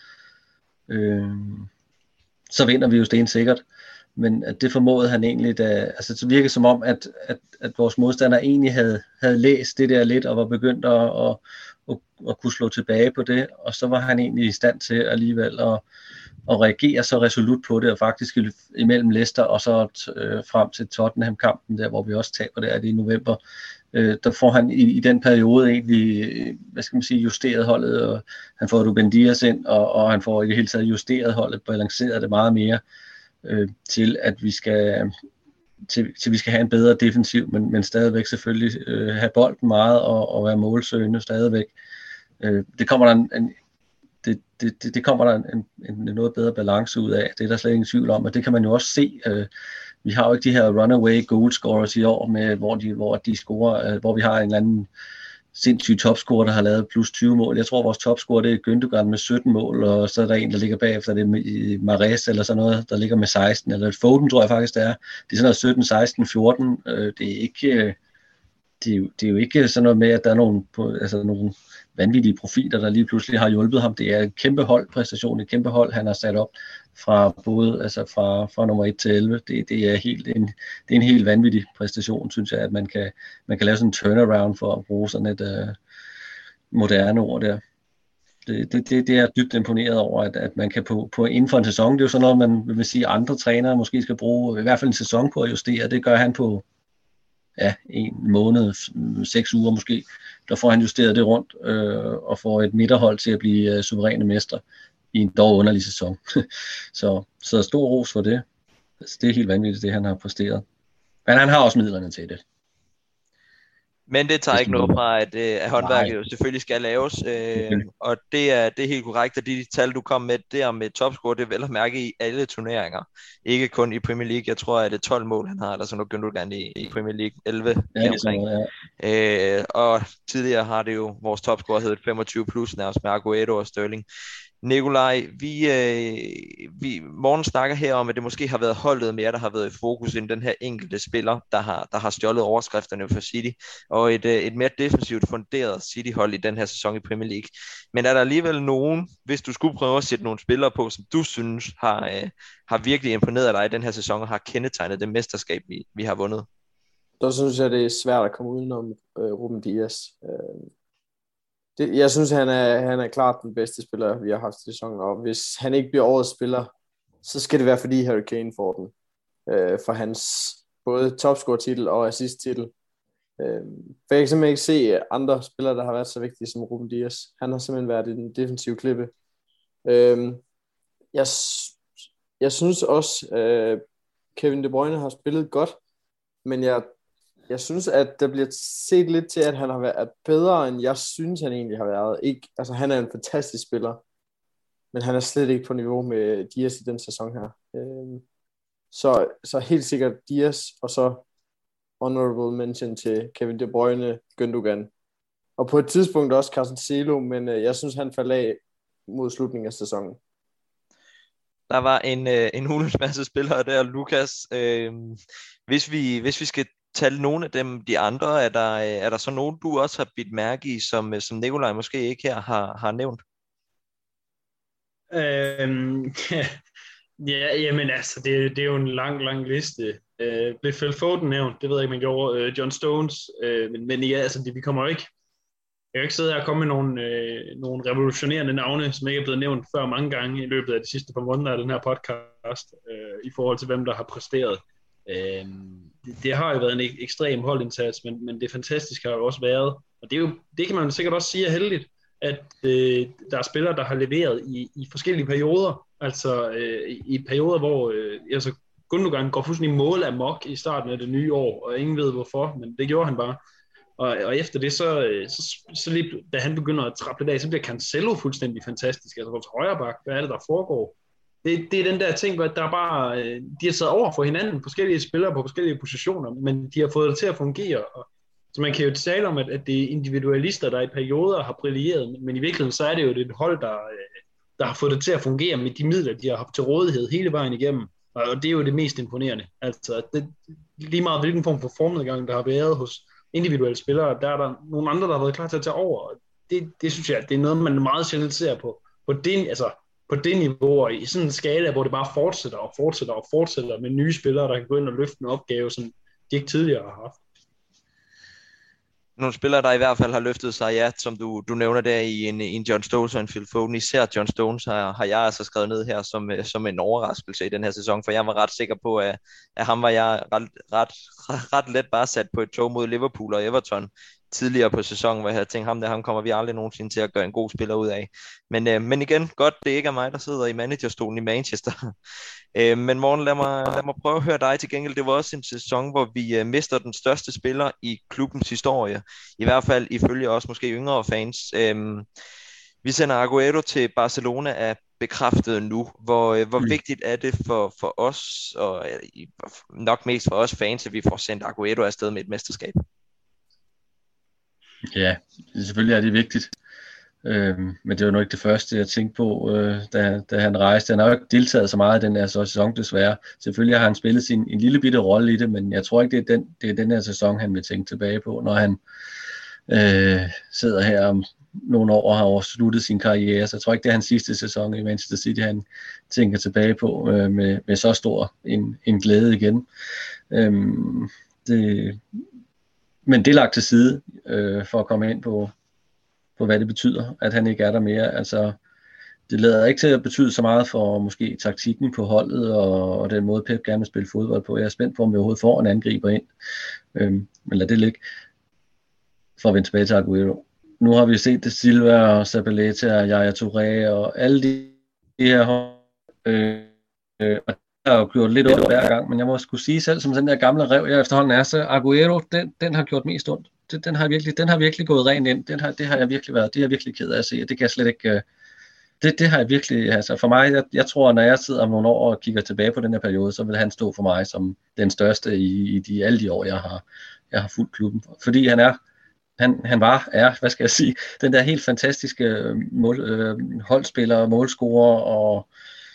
så vinder vi jo stensikkert. Men at det formåede han egentlig, det virker som om, at vores modstandere egentlig havde læst det der lidt, og var begyndt at kunne slå tilbage på det, og så var han egentlig i stand til alligevel at reagere så resolut på det, og faktisk imellem Leicester og så frem til Tottenham-kampen, der hvor vi også taber det i november, der får han i den periode egentlig, justeret holdet, og han får Ruben Dias ind, og han får i det hele taget justeret holdet, balanceret det meget mere, til at vi skal have en bedre defensiv, men stadigvæk selvfølgelig have bolden meget og være målsøgende stadigvæk. Det kommer der en noget bedre balance ud af. Det er der slet ingen tvivl om, og det kan man jo også se vi har jo ikke de her runaway goal scorers i år, med, hvor de scorer, hvor vi har en eller anden sindssyg topscorer, der har lavet plus 20 mål. Jeg tror, vores topscorer, det er Gündogan med 17 mål, og så er der en, der ligger bagefter, det er Mahrez eller sådan noget, der ligger med 16, eller Foden, tror jeg faktisk, det er. Det er sådan noget 17, 16, 14. Det er ikke... Det er jo ikke sådan noget med, at der er nogle vanvittige profiler, der lige pludselig har hjulpet ham. Det er en kæmpe holdpræstation, et kæmpe hold, han har sat op fra både, altså fra nummer 1 til 11. Det er en helt vanvittig præstation, synes jeg, at man kan lave sådan en turnaround for at bruge sådan et moderne ord der. Det er dybt imponeret over, at man kan på inden for en sæson, det er jo sådan noget, man vil sige, andre trænere måske skal bruge i hvert fald en sæson på at justere. Det gør han på en måned, 6 uger måske. Der får han justeret det rundt og får et midterhold til at blive suveræne mester i en dog underlig sæson. så stor ros for det. Altså, det er helt vanvittigt, det han har præsteret. Men han har også midlerne til det. Men det tager ikke noget fra, at håndværket jo selvfølgelig skal laves, og det er helt korrekt, at de tal, du kom med der med topscore, det er vel at mærke i alle turneringer, ikke kun i Premier League. Jeg tror, at det er 12 mål, han har, eller sådan noget Gündogan i Premier League, 11 omkring. Og tidligere har det jo, vores topscore heddet 25 plus, nærmest med Aguero og Sterling. Nikolaj, Morten snakker her om, at det måske har været holdet mere, der har været i fokus end den her enkelte spiller, der har stjålet overskrifterne for City, og et mere defensivt funderet City-hold i den her sæson i Premier League. Men er der alligevel nogen, hvis du skulle prøve at sætte nogle spillere på, som du synes har virkelig imponeret dig i den her sæson, og har kendetegnet det mesterskab, vi har vundet? Så synes jeg, det er svært at komme udenom Ruben Dias. Jeg synes, han er klart den bedste spiller, vi har haft i sæsonen, og hvis han ikke bliver årets spiller, så skal det være, fordi Harry Kane får den. For hans både topscore-titel og assist-titel. For jeg kan simpelthen ikke se andre spillere, der har været så vigtige som Ruben Dias. Han har simpelthen været i den defensive klippe. Jeg synes også, Kevin De Bruyne har spillet godt, men jeg synes, at der bliver set lidt til, at han har været bedre, end jeg synes, han egentlig har været. Ikke, altså, han er en fantastisk spiller, men han er slet ikke på niveau med Dias i den sæson her. Så helt sikkert Dias, og så honorable mention til Kevin De Bruyne, Gündogan. Og på et tidspunkt også Cancelo, men jeg synes, han faldt af mod slutningen af sæsonen. Der var en hulens masse spillere der, Lukas. Hvis vi skal tale nogle af dem, de andre, er der så nogen, du også har bidt mærke i, som Nikolaj måske ikke her har nævnt? Jamen altså, det er jo en lang liste. Blev Phil Foden nævnt? Det ved jeg ikke, man gjorde. John Stones. Men ja, altså, vi kommer jo ikke... Jeg kan ikke sidde her og komme med nogle revolutionerende navne, som ikke er blevet nævnt før mange gange i løbet af de sidste par måneder af den her podcast, i forhold til hvem, der har præsteret. Det har jo været en ekstrem holdindsats, men det fantastiske har jo også været, og det kan man sikkert også sige er heldigt, at der er spillere, der har leveret i forskellige perioder, altså i perioder, hvor altså Gündogan går fuldstændig mål amok i starten af det nye år, og ingen ved hvorfor, men det gjorde han bare. Og efter det, så lige, da han begynder at trappe det af, så bliver Cancelo fuldstændig fantastisk. Altså vores højre bak, hvad er det, der foregår? Det er den der ting, hvor der bare, de har siddet over for hinanden, forskellige spillere på forskellige positioner, men de har fået det til at fungere. Så man kan jo tale om, at det er individualister, der i perioder har brilleret, men i virkeligheden så er det jo et hold, der har fået det til at fungere med de midler, de har haft til rådighed hele vejen igennem. Og det er jo det mest imponerende. Altså, lige meget hvilken form for formnedgang, der har været hos individuelle spillere, der er der nogle andre, der har været klar til at tage over. Det synes jeg, det er noget, man meget sjældent ser på det niveau, og i sådan en skala, hvor det bare fortsætter med nye spillere, der kan gå ind og løfte en opgave, som de ikke tidligere har haft. Nogle spillere, der i hvert fald har løftet sig, ja, som du nævner der i en John Stones og en Phil Foden. Især John Stones har jeg altså skrevet ned her som en overraskelse i den her sæson, for jeg var ret sikker på, at ham var jeg ret let bare sat på et tog mod Liverpool og Everton tidligere på sæsonen, hvor jeg havde tænkt, ham kommer vi aldrig nogensinde til at gøre en god spiller ud af. Men igen, godt, det ikke er mig, der sidder i managerstolen i Manchester. Men Morten, lad mig prøve at høre dig til gengæld. Det var også en sæson, hvor vi mister den største spiller i klubbens historie. I hvert fald ifølge os måske yngre fans. Vi sender Aguero til Barcelona af bekræftet nu. Hvor vigtigt er det for os, og nok mest for os fans, at vi får sendt Agüero afsted med et mesterskab? Ja, selvfølgelig er det vigtigt. Men det var nok ikke det første, jeg tænkte på, da han rejste. Han har jo ikke deltaget så meget i den her sæson, desværre. Selvfølgelig har han spillet en lille bitte rolle i det, men jeg tror ikke, det er den her sæson, han vil tænke tilbage på, når han sidder her om nogle år og har oversluttet sin karriere. Så jeg tror ikke, det er hans sidste sæson i Manchester City, han tænker tilbage på med så stor en glæde igen. Men det er lagt til side for at komme ind på hvad det betyder, at han ikke er der mere. Altså, det lader ikke til at betyde så meget for måske taktikken på holdet, og den måde Pep gerne vil spille fodbold på. Jeg er spændt på, om vi overhovedet får en angriber ind. Men lad det ligge, for at vende tilbage til Agüero. Nu har vi set det Silva og Zabaleta og Yaya Touré og alle de her hold. Og det har jo gjort lidt ondt hver gang, men jeg må skulle sige selv, som den der gamle rev, jeg efterhånden er, så Agüero, den har gjort mest ondt. Den har virkelig gået rent ind. Det har jeg virkelig været. Det er jeg virkelig ked af at se. Det kan jeg slet ikke. Det har jeg virkelig. Altså for mig, jeg tror, når jeg sidder om nogle år og kigger tilbage på den her periode, så vil han stå for mig som den største i alle de år, jeg har fulgt klubben. Fordi han er, hvad skal jeg sige, den der helt fantastiske holdspiller, målscorer og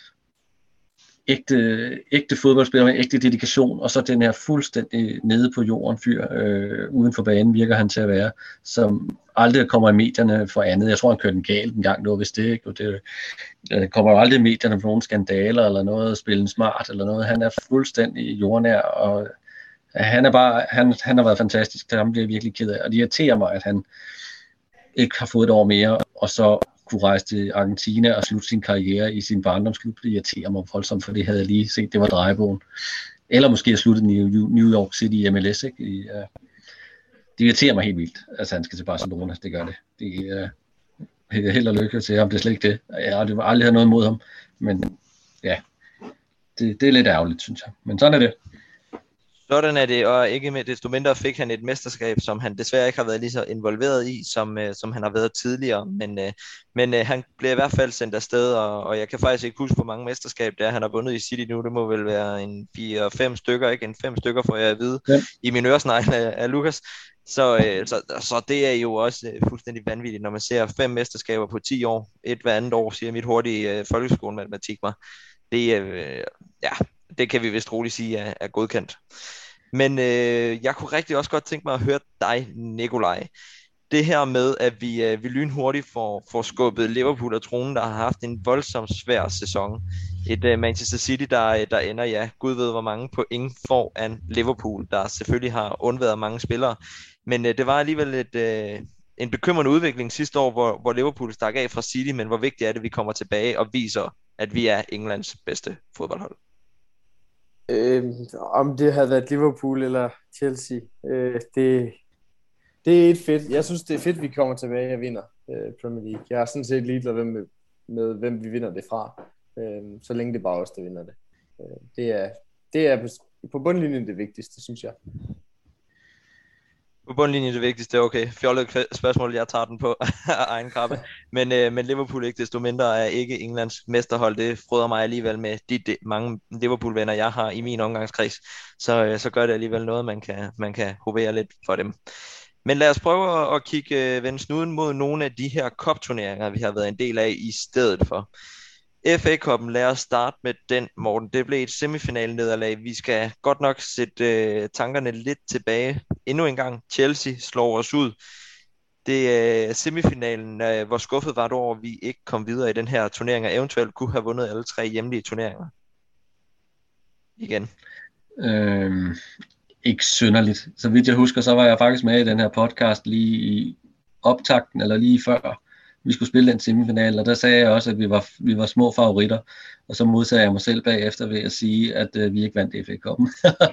ægte fodboldspiller med ægte dedikation, og så den her fuldstændig nede på jorden fyr, uden for banen virker han til at være, som aldrig kommer i medierne for andet. Jeg tror, han kørte den galt en gang, det var vist det, ikke? Og det kommer jo aldrig i medierne for nogle skandaler, eller noget at spille smart, eller noget. Han er fuldstændig jordnær, og han har været fantastisk. Det bliver jeg virkelig ked af, og det irriterer mig, at han ikke har fået et år mere, og så kunne rejse til Argentina og slutte sin karriere i sin barndomsklub. Det irriterer mig voldsomt, for det havde jeg lige set, det var drejebogen. Eller måske at slutte i New York City i MLS, ikke? Det irriterer mig helt vildt, at han skal til Barcelona, det gør det. Det er held og lykke til ham, det er slet ikke det. Jeg har aldrig noget imod ham, men ja, det er lidt ærgerligt, synes jeg. Men sådan er det. Sådan er det, og ikke med desto mindre fik han et mesterskab, som han desværre ikke har været lige så involveret i, som han har været tidligere. Men han blev i hvert fald sendt afsted, og jeg kan faktisk ikke huske, hvor mange mesterskab det er, han har vundet i City nu. Det må vel være en 4-5 stykker, ikke? En 5 stykker, får jeg at vide, ja, i min øresnegl af Lukas. Så det er jo også fuldstændig vanvittigt, når man ser 5 mesterskaber på 10 år. Et hver andet år, siger mit hurtige folkeskolematematik mig. Det kan vi vist roligt sige er godkendt. Men jeg kunne rigtig også godt tænke mig at høre dig, Nikolaj. Det her med, at vi lynhurtigt får skubbet Liverpool af tronen, der har haft en voldsomt svær sæson. Et Manchester City, der ender, ja, Gud ved hvor mange point foran Liverpool, der selvfølgelig har undværet mange spillere. Men det var alligevel en bekymrende udvikling sidste år, hvor Liverpool stak af fra City, men hvor vigtigt er det, at vi kommer tilbage og viser, at vi er Englands bedste fodboldhold. Om det havde været Liverpool eller Chelsea, det er et fedt. Jeg synes, det er fedt, vi kommer tilbage og vinder Premier League. Jeg er sådan set ligeglad med hvem vi vinder det fra, så længe det bare os, der vinder det. Det er på bundlinjen det vigtigste, synes jeg. På bundlinjen det vigtigste, okay. Fjollet spørgsmål, jeg tager den på egen krabbe. Men Liverpool ikke desto mindre er ikke Englands mesterhold. Det frøder mig alligevel med de mange Liverpool-venner, jeg har i min omgangskreds. Så gør det alligevel noget, man kan hovere lidt for dem. Men lad os prøve at vende snuden mod nogle af de her cup-turneringer, vi har været en del af i stedet for. FA-cuppen, lad os starte med den, Morten. Det blev et semifinalnederlag. Vi skal godt nok sætte tankerne lidt tilbage. Endnu en gang, Chelsea slår os ud. Det er semifinalen. Hvor skuffet var du over, at vi ikke kom videre i den her turnering, og eventuelt kunne have vundet alle 3 hjemlige turneringer? Igen. Ikke synderligt. Så vidt jeg husker, så var jeg faktisk med i den her podcast lige i optakten, eller lige før vi skulle spille den semifinal, og der sagde jeg også, at vi var små favoritter, og så modsagde jeg mig selv bagefter ved at sige, at vi ikke vandt FA-cuppen.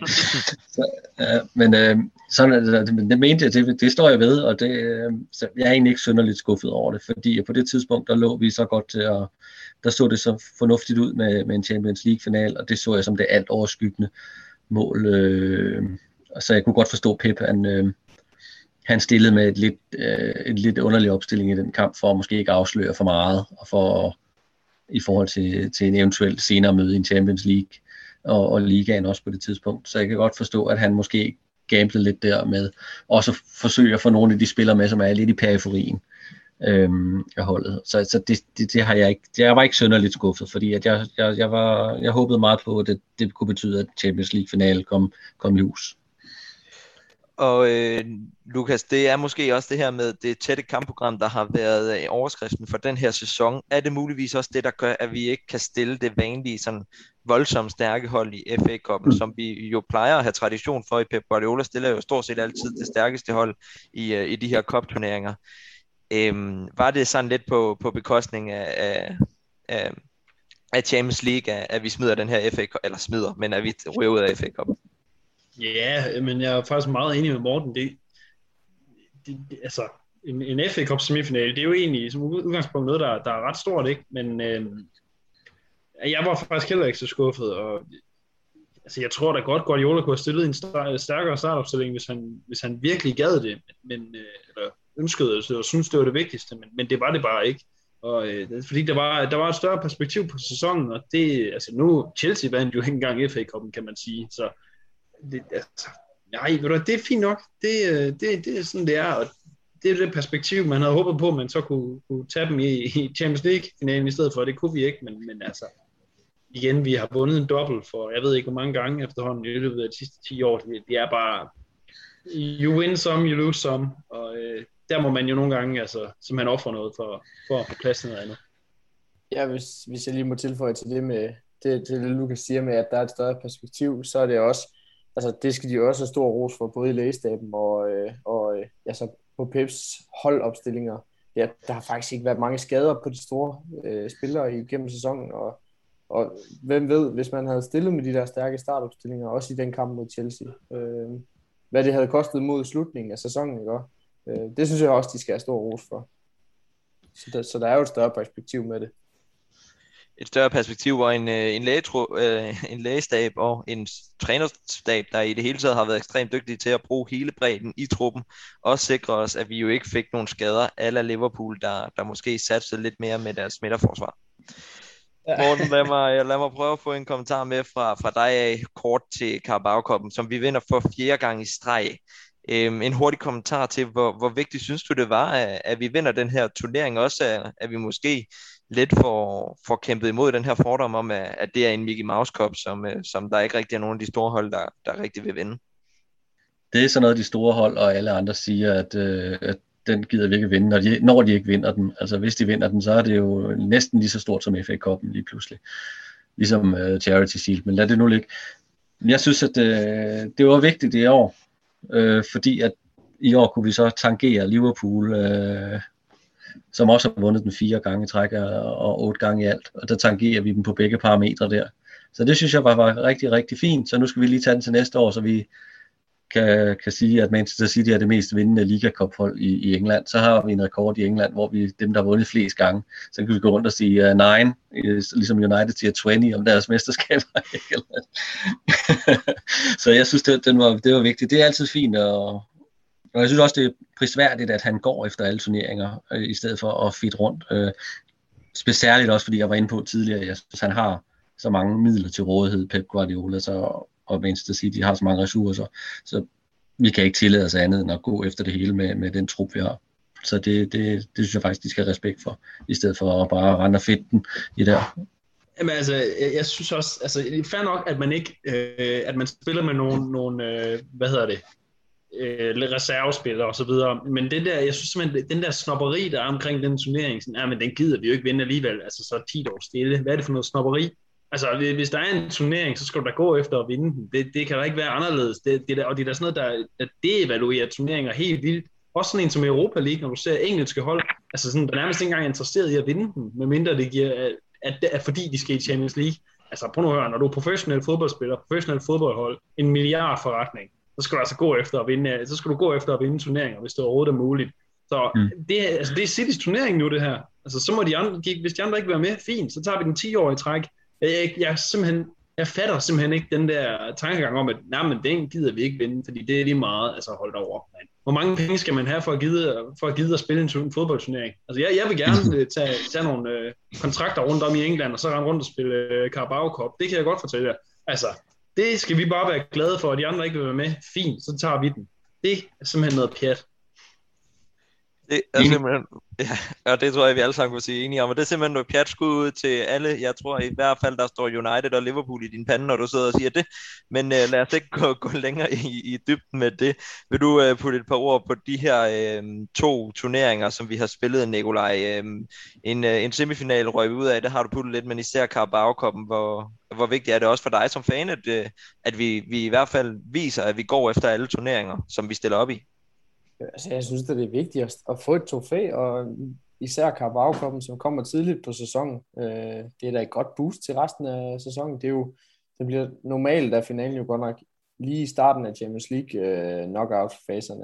Men det mente jeg, det står jeg ved, og så jeg er egentlig ikke synderligt skuffet over det, fordi på det tidspunkt, der lå vi så godt til at, der så det så fornuftigt ud med en Champions League-final, og det så jeg som det alt overskyggende mål, så jeg kunne godt forstå Pep, han stillede med en lidt underlig opstilling i den kamp, for at måske ikke afsløre for meget, og for i forhold til en eventuel senere møde i en Champions League og ligaen også på det tidspunkt. Så jeg kan godt forstå, at han måske gamblede lidt der med også forsøge at få nogle af de spillere med, som er lidt i periferien af holdet. Så det har jeg ikke. Jeg var ikke synderligt skuffet, fordi at jeg håbede meget på, at det kunne betyde, at Champions League-finale kom i hus. Og Lukas, det er måske også det her med det tætte kampprogram, der har været overskriften for den her sæson. Er det muligvis også det, der gør, at vi ikke kan stille det vanlige sådan voldsomt stærke hold i FA-cupen, som vi jo plejer at have tradition for i Pep Guardiola, stiller jo stort set altid det stærkeste hold i de her cup-turneringer. Var det sådan lidt på bekostning af Champions League, at vi smider den her FA-cup, eller smider, men at vi ryger ud af FA-cupen? Ja, men jeg er faktisk meget enig med Morten. Altså, en FA Cup semifinale, det er jo egentlig som udgangspunkt noget, der er ret stort, ikke? Men jeg var faktisk heller ikke så skuffet, og altså, jeg tror da godt, Guardiola kunne have stillet en stærkere startopstilling, hvis han virkelig gad det, eller ønskede det, og synes det var det vigtigste, men det var det bare ikke. Og fordi der var et større perspektiv på sæsonen, og det, altså nu, Chelsea vandt jo ikke engang FA Cup'en, kan man sige, så det er fint nok. Det er sådan, det er, og det er det perspektiv, man havde håbet på, at man så kunne tage dem i Champions League-finalen i stedet for. Det kunne vi ikke, men altså, igen, vi har vundet en dobbelt for, jeg ved ikke hvor mange gange efterhånden i løbet af de sidste 10 år. Det er bare, you win some, you lose some, og der må man jo nogle gange altså, simpelthen ofre noget for at få plads til noget andet. Ja, hvis jeg lige må tilføje til det med, det Lukas siger med, at der er et større perspektiv, så er det også, altså det skal de jo også have stor ros for, både i lægestaben og altså på Peps holdopstillinger. Ja, der har faktisk ikke været mange skader på de store spillere igennem sæsonen, og hvem ved, hvis man havde stillet med de der stærke startopstillinger, også i den kamp mod Chelsea, hvad det havde kostet mod slutningen af sæsonen, ikke? Det synes jeg også, de skal have stor ros for. Så der er jo et større perspektiv med det. Et større perspektiv, hvor en lægestab og en trænerstab, der i det hele taget har været ekstremt dygtige til at bruge hele bredden i truppen, også sikrer os, at vi jo ikke fik nogen skader a la Liverpool, der måske satsede lidt mere med deres midterforsvar. Morten, lad mig prøve at få en kommentar med fra dig af kort til Carabao Cup'en, som vi vinder for 4. gang i streg. En hurtig kommentar til, hvor vigtigt synes du det var, at vi vinder den her turnering, også at vi måske lidt får kæmpet imod den her fordom om, at det er en Mickey Mouse Cup, som der ikke rigtig er nogen af de store hold, der rigtig vil vinde. Det er sådan noget, de store hold og alle andre siger, at den gider vi ikke vinde, når de ikke vinder den. Altså hvis de vinder den, så er det jo næsten lige så stort som FA Cup'en lige pludselig. Ligesom Charity Shield, men lad det nu ligge. Jeg synes, at det var vigtigt i år, fordi at i år kunne vi så tangere Liverpool, som også har vundet den 4 gange i træk og 8 gange i alt, og der tangerer vi dem på begge parametre der. Så det synes jeg var rigtig, rigtig fint, så nu skal vi lige tage den til næste år, så vi kan sige, at Manchester City er det mest vindende Liga Cup-hold i England. Så har vi en rekord i England, hvor vi dem, der har vundet flest gange, så kan vi gå rundt og sige 9, ligesom United siger 20 om deres mesterskaber. Så jeg synes, det var vigtigt. Det er altid fint, og jeg synes også, det er prisværdigt, at han går efter alle turneringer, i stedet for at fedt rundt. Specielt også, fordi jeg var inde på tidligere, jeg synes, han har så mange midler til rådighed, Pep Guardiola, og Manchester City har så mange ressourcer, så vi kan ikke tillade os andet end at gå efter det hele med den trup, vi har. Så det synes jeg faktisk, de skal have respekt for, i stedet for at bare rende og fedt den i der. Jamen altså, jeg synes også, altså det er fair nok, at man ikke, at man spiller med nogle reservespillere og så videre, men det der, jeg synes simpelthen, den der snobberi, der er omkring den turnering, sådan, men den gider vi jo ikke vinde alligevel, altså så 10 år stille. Hvad er det for noget snobberi? Altså, hvis der er en turnering, så skal du da gå efter at vinde den. Det kan da ikke være anderledes. Og det er da sådan noget, der devaluerer turneringer helt vildt. Også sådan en som Europa League, når du ser engelske hold, altså sådan, der nærmest ikke engang er interesseret i at vinde den, medmindre det giver, at fordi de skal i Champions League. Altså, prøv nu at høre, når du er professionel fodboldspiller, professionel fodboldhold, en milliardforretning, så skal du altså gå efter at vinde, turneringer, hvis det overhovedet er muligt. Så det er Citys turnering nu, det her. Altså, så må de andre, hvis de andre ikke vil være med, fint, så tager vi den 10 år i træk. Jeg fatter simpelthen ikke den der tankegang om, at men den gider vi ikke vinde, fordi det er lige meget, altså holdt over. hvor mange penge skal man have for at gide at spille en fodboldturnering? Altså jeg vil gerne tage nogle kontrakter rundt om i England, og så rende rundt og spille Carabao Cup. Det kan jeg godt fortælle jer. Altså, det skal vi bare være glade for, at de andre ikke vil være med. Fint, så tager vi den. Det er simpelthen noget pjat. Det er simpelthen, ja, og det tror jeg, vi alle sammen kunne sige enige om, og det er simpelthen noget pjatskud ud til alle. Jeg tror i hvert fald, der står United og Liverpool i din pande, når du sidder og siger det, men lad os ikke gå længere i dybden med det. Vil du putte et par ord på de her 2 turneringer, som vi har spillet, Nikolaj? En semifinal røg vi ud af, det har du puttet lidt, men især Carabao Cup'en, hvor vigtigt er det også for dig som fan, at vi i hvert fald viser, at vi går efter alle turneringer, som vi stiller op i? Altså, jeg synes, det er vigtigt at få et trofæ, og især Carabao Cup'en, som kommer tidligt på sæsonen. Det er da et godt boost til resten af sæsonen. Det bliver normalt, at finalen jo godt nok lige i starten af Champions League knockout-faserne.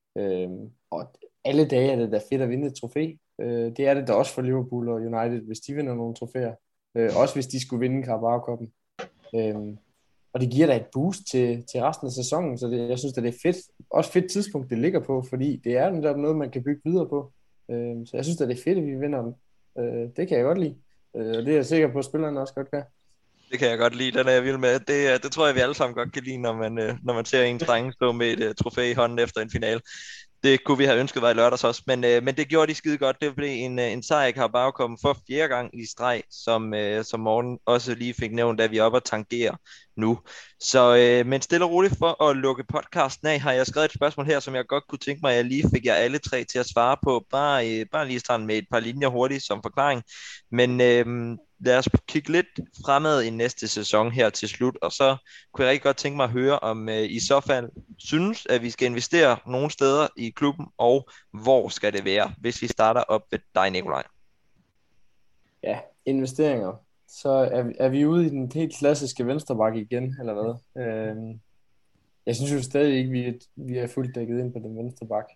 Og alle dage er det da fedt at vinde et trofæ. Det er det da også for Liverpool og United, hvis de vinder nogle trofæer. Også hvis de skulle vinde Carabao Cup'en. Og det giver da et boost til resten af sæsonen, så jeg synes, at det er fedt. Også fedt tidspunkt, det ligger på, fordi det er noget, man kan bygge videre på. Så jeg synes, at det er fedt, at vi vinder den. Det kan jeg godt lide. Og det er jeg sikker på, at spillerne også godt kan. Det kan jeg godt lide, den er jeg vild med. Det tror jeg, vi alle sammen godt kan lide, når man ser en dreng stå med et trofæ i hånden efter en finale. Det kunne vi have ønsket var i lørdags også, men det gjorde de skide godt. Det blev en sejr i Carabao Cup for 4. gang i streg, som Morten også lige fik nævnt, da vi er oppe og tangerer nu. Så men stille og roligt for at lukke podcasten af, har jeg skrevet et spørgsmål her, som jeg godt kunne tænke mig, at jeg lige fik jer alle 3 til at svare på. Bare lige starte med et par linjer hurtigt som forklaring. Men lad os kigge lidt fremad i næste sæson her til slut, og så kunne jeg rigtig godt tænke mig at høre, om I så fald synes, at vi skal investere nogle steder i klubben, og hvor skal det være, hvis vi starter op ved dig, Nikolaj? Ja, investeringer. Så er vi ude i den helt klassiske venstreback igen, eller hvad? Jeg synes jo stadig ikke, vi er fuldt dækket ind på den venstreback.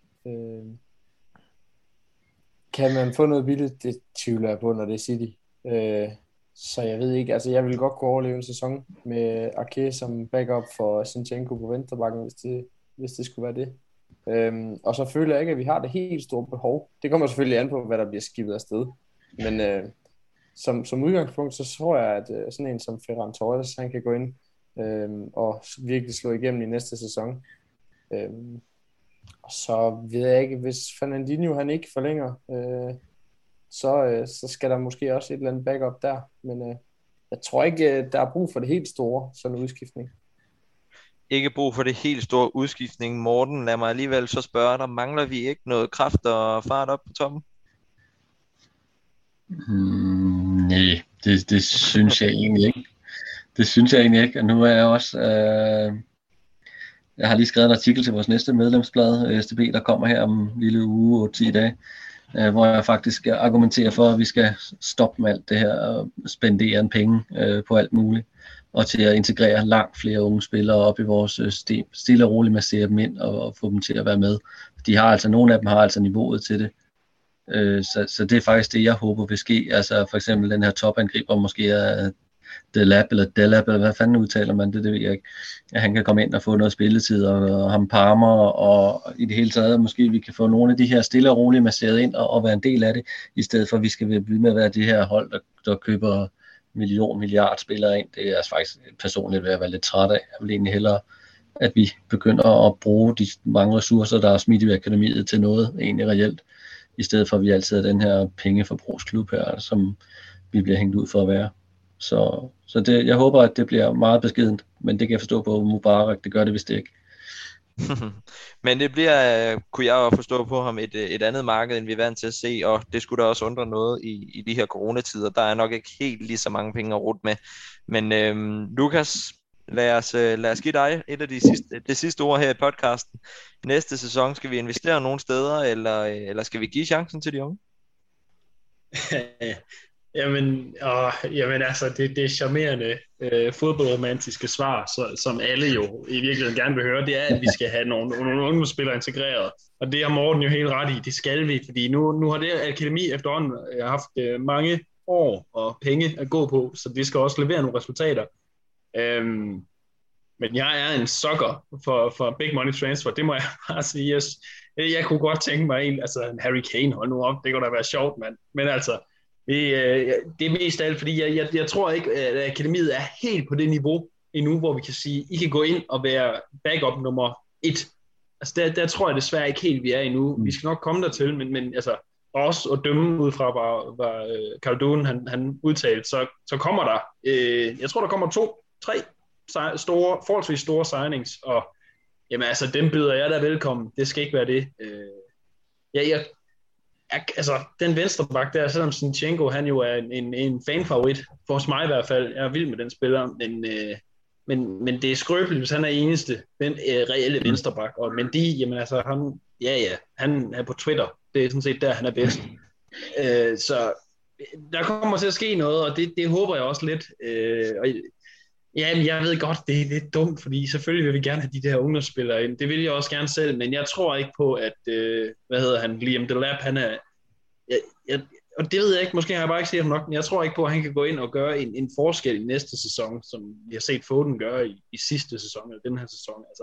Kan man få noget billigt? Det tvivler jeg på, når det er City. Så jeg ved ikke, altså jeg vil godt kunne overleve en sæson med Ake som backup for Zinchenko på venstrebacken, hvis det skulle være det. Og så føler jeg ikke, at vi har det helt store behov. Det kommer selvfølgelig an på, hvad der bliver skibet afsted. Men som udgangspunkt, så tror jeg, at sådan en som Ferran Torres, han kan gå ind og virkelig slå igennem i næste sæson. Og så ved jeg ikke, hvis Fernandinho han ikke forlænger, så skal der måske også et eller andet backup der. Men jeg tror ikke, der er brug for det helt store, sådan en udskiftning. Ikke brug for det helt store udskiftning. Morten, lad mig alligevel så spørge dig, mangler vi ikke noget kraft og fart op på toppen? Nej, det synes jeg egentlig ikke. Det synes jeg egentlig ikke, og nu er jeg også... jeg har lige skrevet en artikel til vores næste medlemsblad, STB, der kommer her om en lille uge og 10 dage, hvor jeg faktisk argumenterer for, at vi skal stoppe med alt det her og spendere en penge på alt muligt, og til at integrere langt flere unge spillere op i vores system, stille og roligt massere dem ind og få dem til at være med. Nogle af dem har altså niveauet til det. Så det er faktisk det, jeg håber vil ske. Altså for eksempel den her topangriber, måske er Delap, eller hvad fanden udtaler man det ved jeg ikke. At han kan komme ind og få noget spilletid, og ham Palmer, og i det hele taget måske vi kan få nogle af de her stille og roligt masseret ind og være en del af det, i stedet for at vi skal blive med at være det her hold, der køber milliard spillere ind. Det er altså faktisk personligt ved at være lidt træt af. Jeg vil egentlig hellere, at vi begynder at bruge de mange ressourcer, der er smidt i akademiet til noget egentlig reelt, i stedet for at vi altid er den her pengeforbrugsklub her, som vi bliver hængt ud for at være. Så det, jeg håber, at det bliver meget beskedent, men det kan jeg forstå på Mubarak, det gør det vist ikke. Men det bliver, kunne jeg jo forstå på ham, et andet marked, end vi er vant til at se, og det skulle da også undre noget i de her coronatider. Der er nok ikke helt lige så mange penge at rute med. Men Lukas, lad os give dig et af det sidste ord her i podcasten. Næste sæson, skal vi investere nogle steder, eller skal vi give chancen til de unge? Jamen altså, det er charmerende fodboldromantiske svar, som alle jo i virkeligheden gerne vil høre, det er, at vi skal have nogle ungdomsspillere integreret. Og det har Morten jo helt ret i, det skal vi, fordi nu har det akademi efterhånden haft mange år og penge at gå på, så vi skal også levere nogle resultater. Men jeg er en sucker for big money transfer, det må jeg bare sige. Jeg kunne godt tænke mig en Harry Kane, hold nu op, det kunne da være sjovt, mand. Men altså, det er mest af alt, fordi jeg tror ikke, at akademiet er helt på det niveau endnu, hvor vi kan sige, I kan gå ind og være backup nummer 1. Altså, der tror jeg desværre ikke helt, vi er endnu. Vi skal nok komme dertil, men altså, også at dømme ud fra, hvad Kaldun han udtalte, så kommer der, jeg tror, der kommer 2-3 forholdsvis store signings, og jamen altså, dem byder jeg da velkommen. Det skal ikke være det. Altså, den venstreback der, selvom Zinchenko, han jo er en fanfavorit, for hos mig i hvert fald, jeg er vild med den spiller, men det er skrøbeligt, hvis han er eneste reelle venstreback, og Mendy, jamen altså, han er på Twitter, det er sådan set der, han er bedst. Så der kommer til at ske noget, og det håber jeg også lidt, jamen, jeg ved godt, det er lidt dumt, fordi selvfølgelig vil vi gerne have de der ungdomsspillere ind. Det vil jeg også gerne selv, men jeg tror ikke på, at, Liam Delap, han er, og det ved jeg ikke, måske har jeg bare ikke set ham nok, men jeg tror ikke på, at han kan gå ind og gøre en forskel i næste sæson, som vi har set Foden gøre i sidste sæson, eller den her sæson. Altså,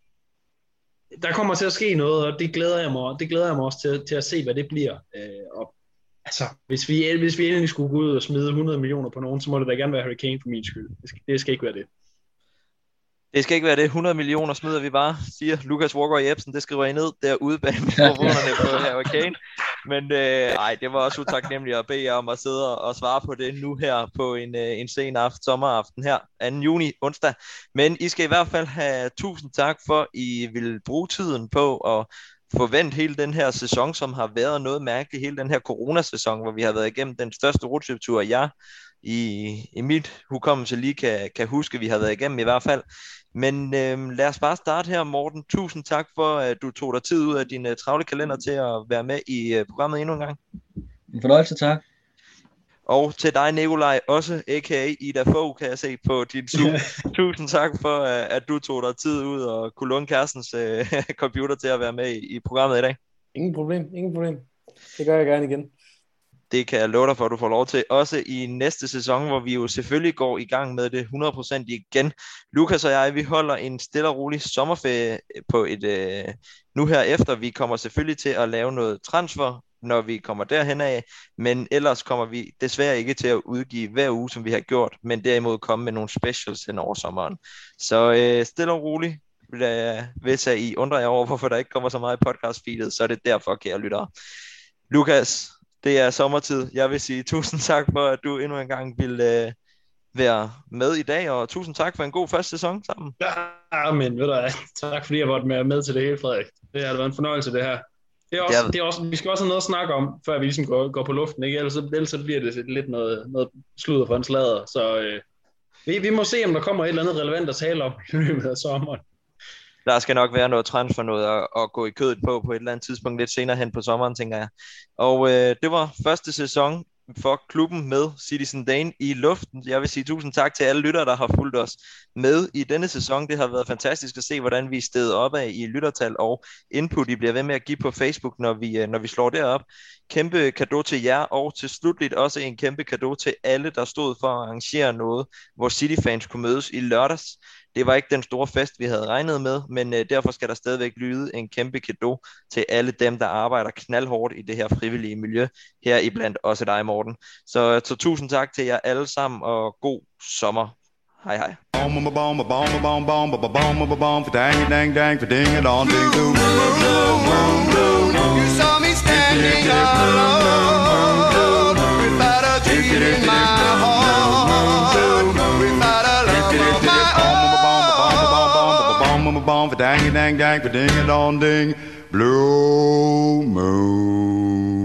der kommer til at ske noget, og det glæder jeg mig også til at se, hvad det bliver. Og altså, hvis vi endelig skulle gå ud og smide 100 millioner på nogen, så må det da gerne være Harry Kane for min skyld. Det skal ikke være det. Det skal ikke være det. 100 millioner smider vi bare, siger Lukas Walker Jebsen. Det skriver I ned derude bag mikrofonerne på Harry Kane. Men det var også utaknemmeligt at bede jer om at sidde og svare på det nu her på en sen sommeraften her, 2. juni, onsdag. Men I skal i hvert fald have tusind tak for, I vil bruge tiden på at forvent hele den her sæson, som har været noget mærkeligt, hele den her coronasæson, hvor vi har været igennem den største roadtrip-tur, jeg i mit hukommelse lige kan huske, vi har været igennem i hvert fald. Men lad os bare starte her, Morten. Tusind tak for, at du tog dig tid ud af din travle kalender til at være med i programmet endnu en gang. En fornøjelse, tak. Og til dig, Nikolaj, også a.k.a. Ida Fogh, kan jeg se på din Zoom. Tusind tak for, at du tog dig tid ud og kunne låne kærestens computer til at være med i programmet i dag. Ingen problem. Det gør jeg gerne igen. Det kan jeg love dig for, at du får lov til. Også i næste sæson, hvor vi jo selvfølgelig går i gang med det 100% igen. Lukas og jeg, vi holder en stille og rolig sommerferie på nu her efter. Vi kommer selvfølgelig til at lave noget transfer, når vi kommer derhen af, men ellers kommer vi desværre ikke til at udgive hver uge, som vi har gjort, men derimod komme med nogle specials hen over sommeren. Så stille og roligt, hvis I undrer jer over, hvorfor der ikke kommer så meget i podcast-feedet, så er det derfor, kære lyttere. Lukas, det er sommertid. Jeg vil sige tusind tak for, at du endnu en gang ville være med i dag, og tusind tak for en god første sæson sammen. Ja, men ved du hvad, tak fordi jeg var med til det hele, Frederik. Det har været en fornøjelse, det her. Det er også, vi skal også have noget at snakke om, før vi ligesom går på luften, ikke? Ellers så bliver det lidt noget sludder for en sladder. Så vi må se, om der kommer et eller andet relevant at tale om i løbet af sommeren. Der skal nok være noget transfer, noget at gå i kødet på et eller andet tidspunkt lidt senere hen på sommeren, tænker jeg. Og det var første sæson for klubben med Citizen Dane i luften. Jeg vil sige tusind tak til alle lyttere, der har fulgt os med i denne sæson. Det har været fantastisk at se, hvordan vi er steget opad i lyttertal og input, I bliver ved med at give på Facebook, når vi slår det op. Kæmpe cadeau til jer, og til slutligt også en kæmpe cadeau til alle, der stod for at arrangere noget, hvor City-fans kunne mødes i lørdags. Det var ikke den store fest, vi havde regnet med, men derfor skal der stadigvæk lyde en kæmpe cadeau til alle dem, der arbejder knaldhårdt i det her frivillige miljø, her iblandt også dig, Morten. Så tusind tak til jer alle sammen, og god sommer. Hej hej. Dang dang dang ding a dong ding blue moon.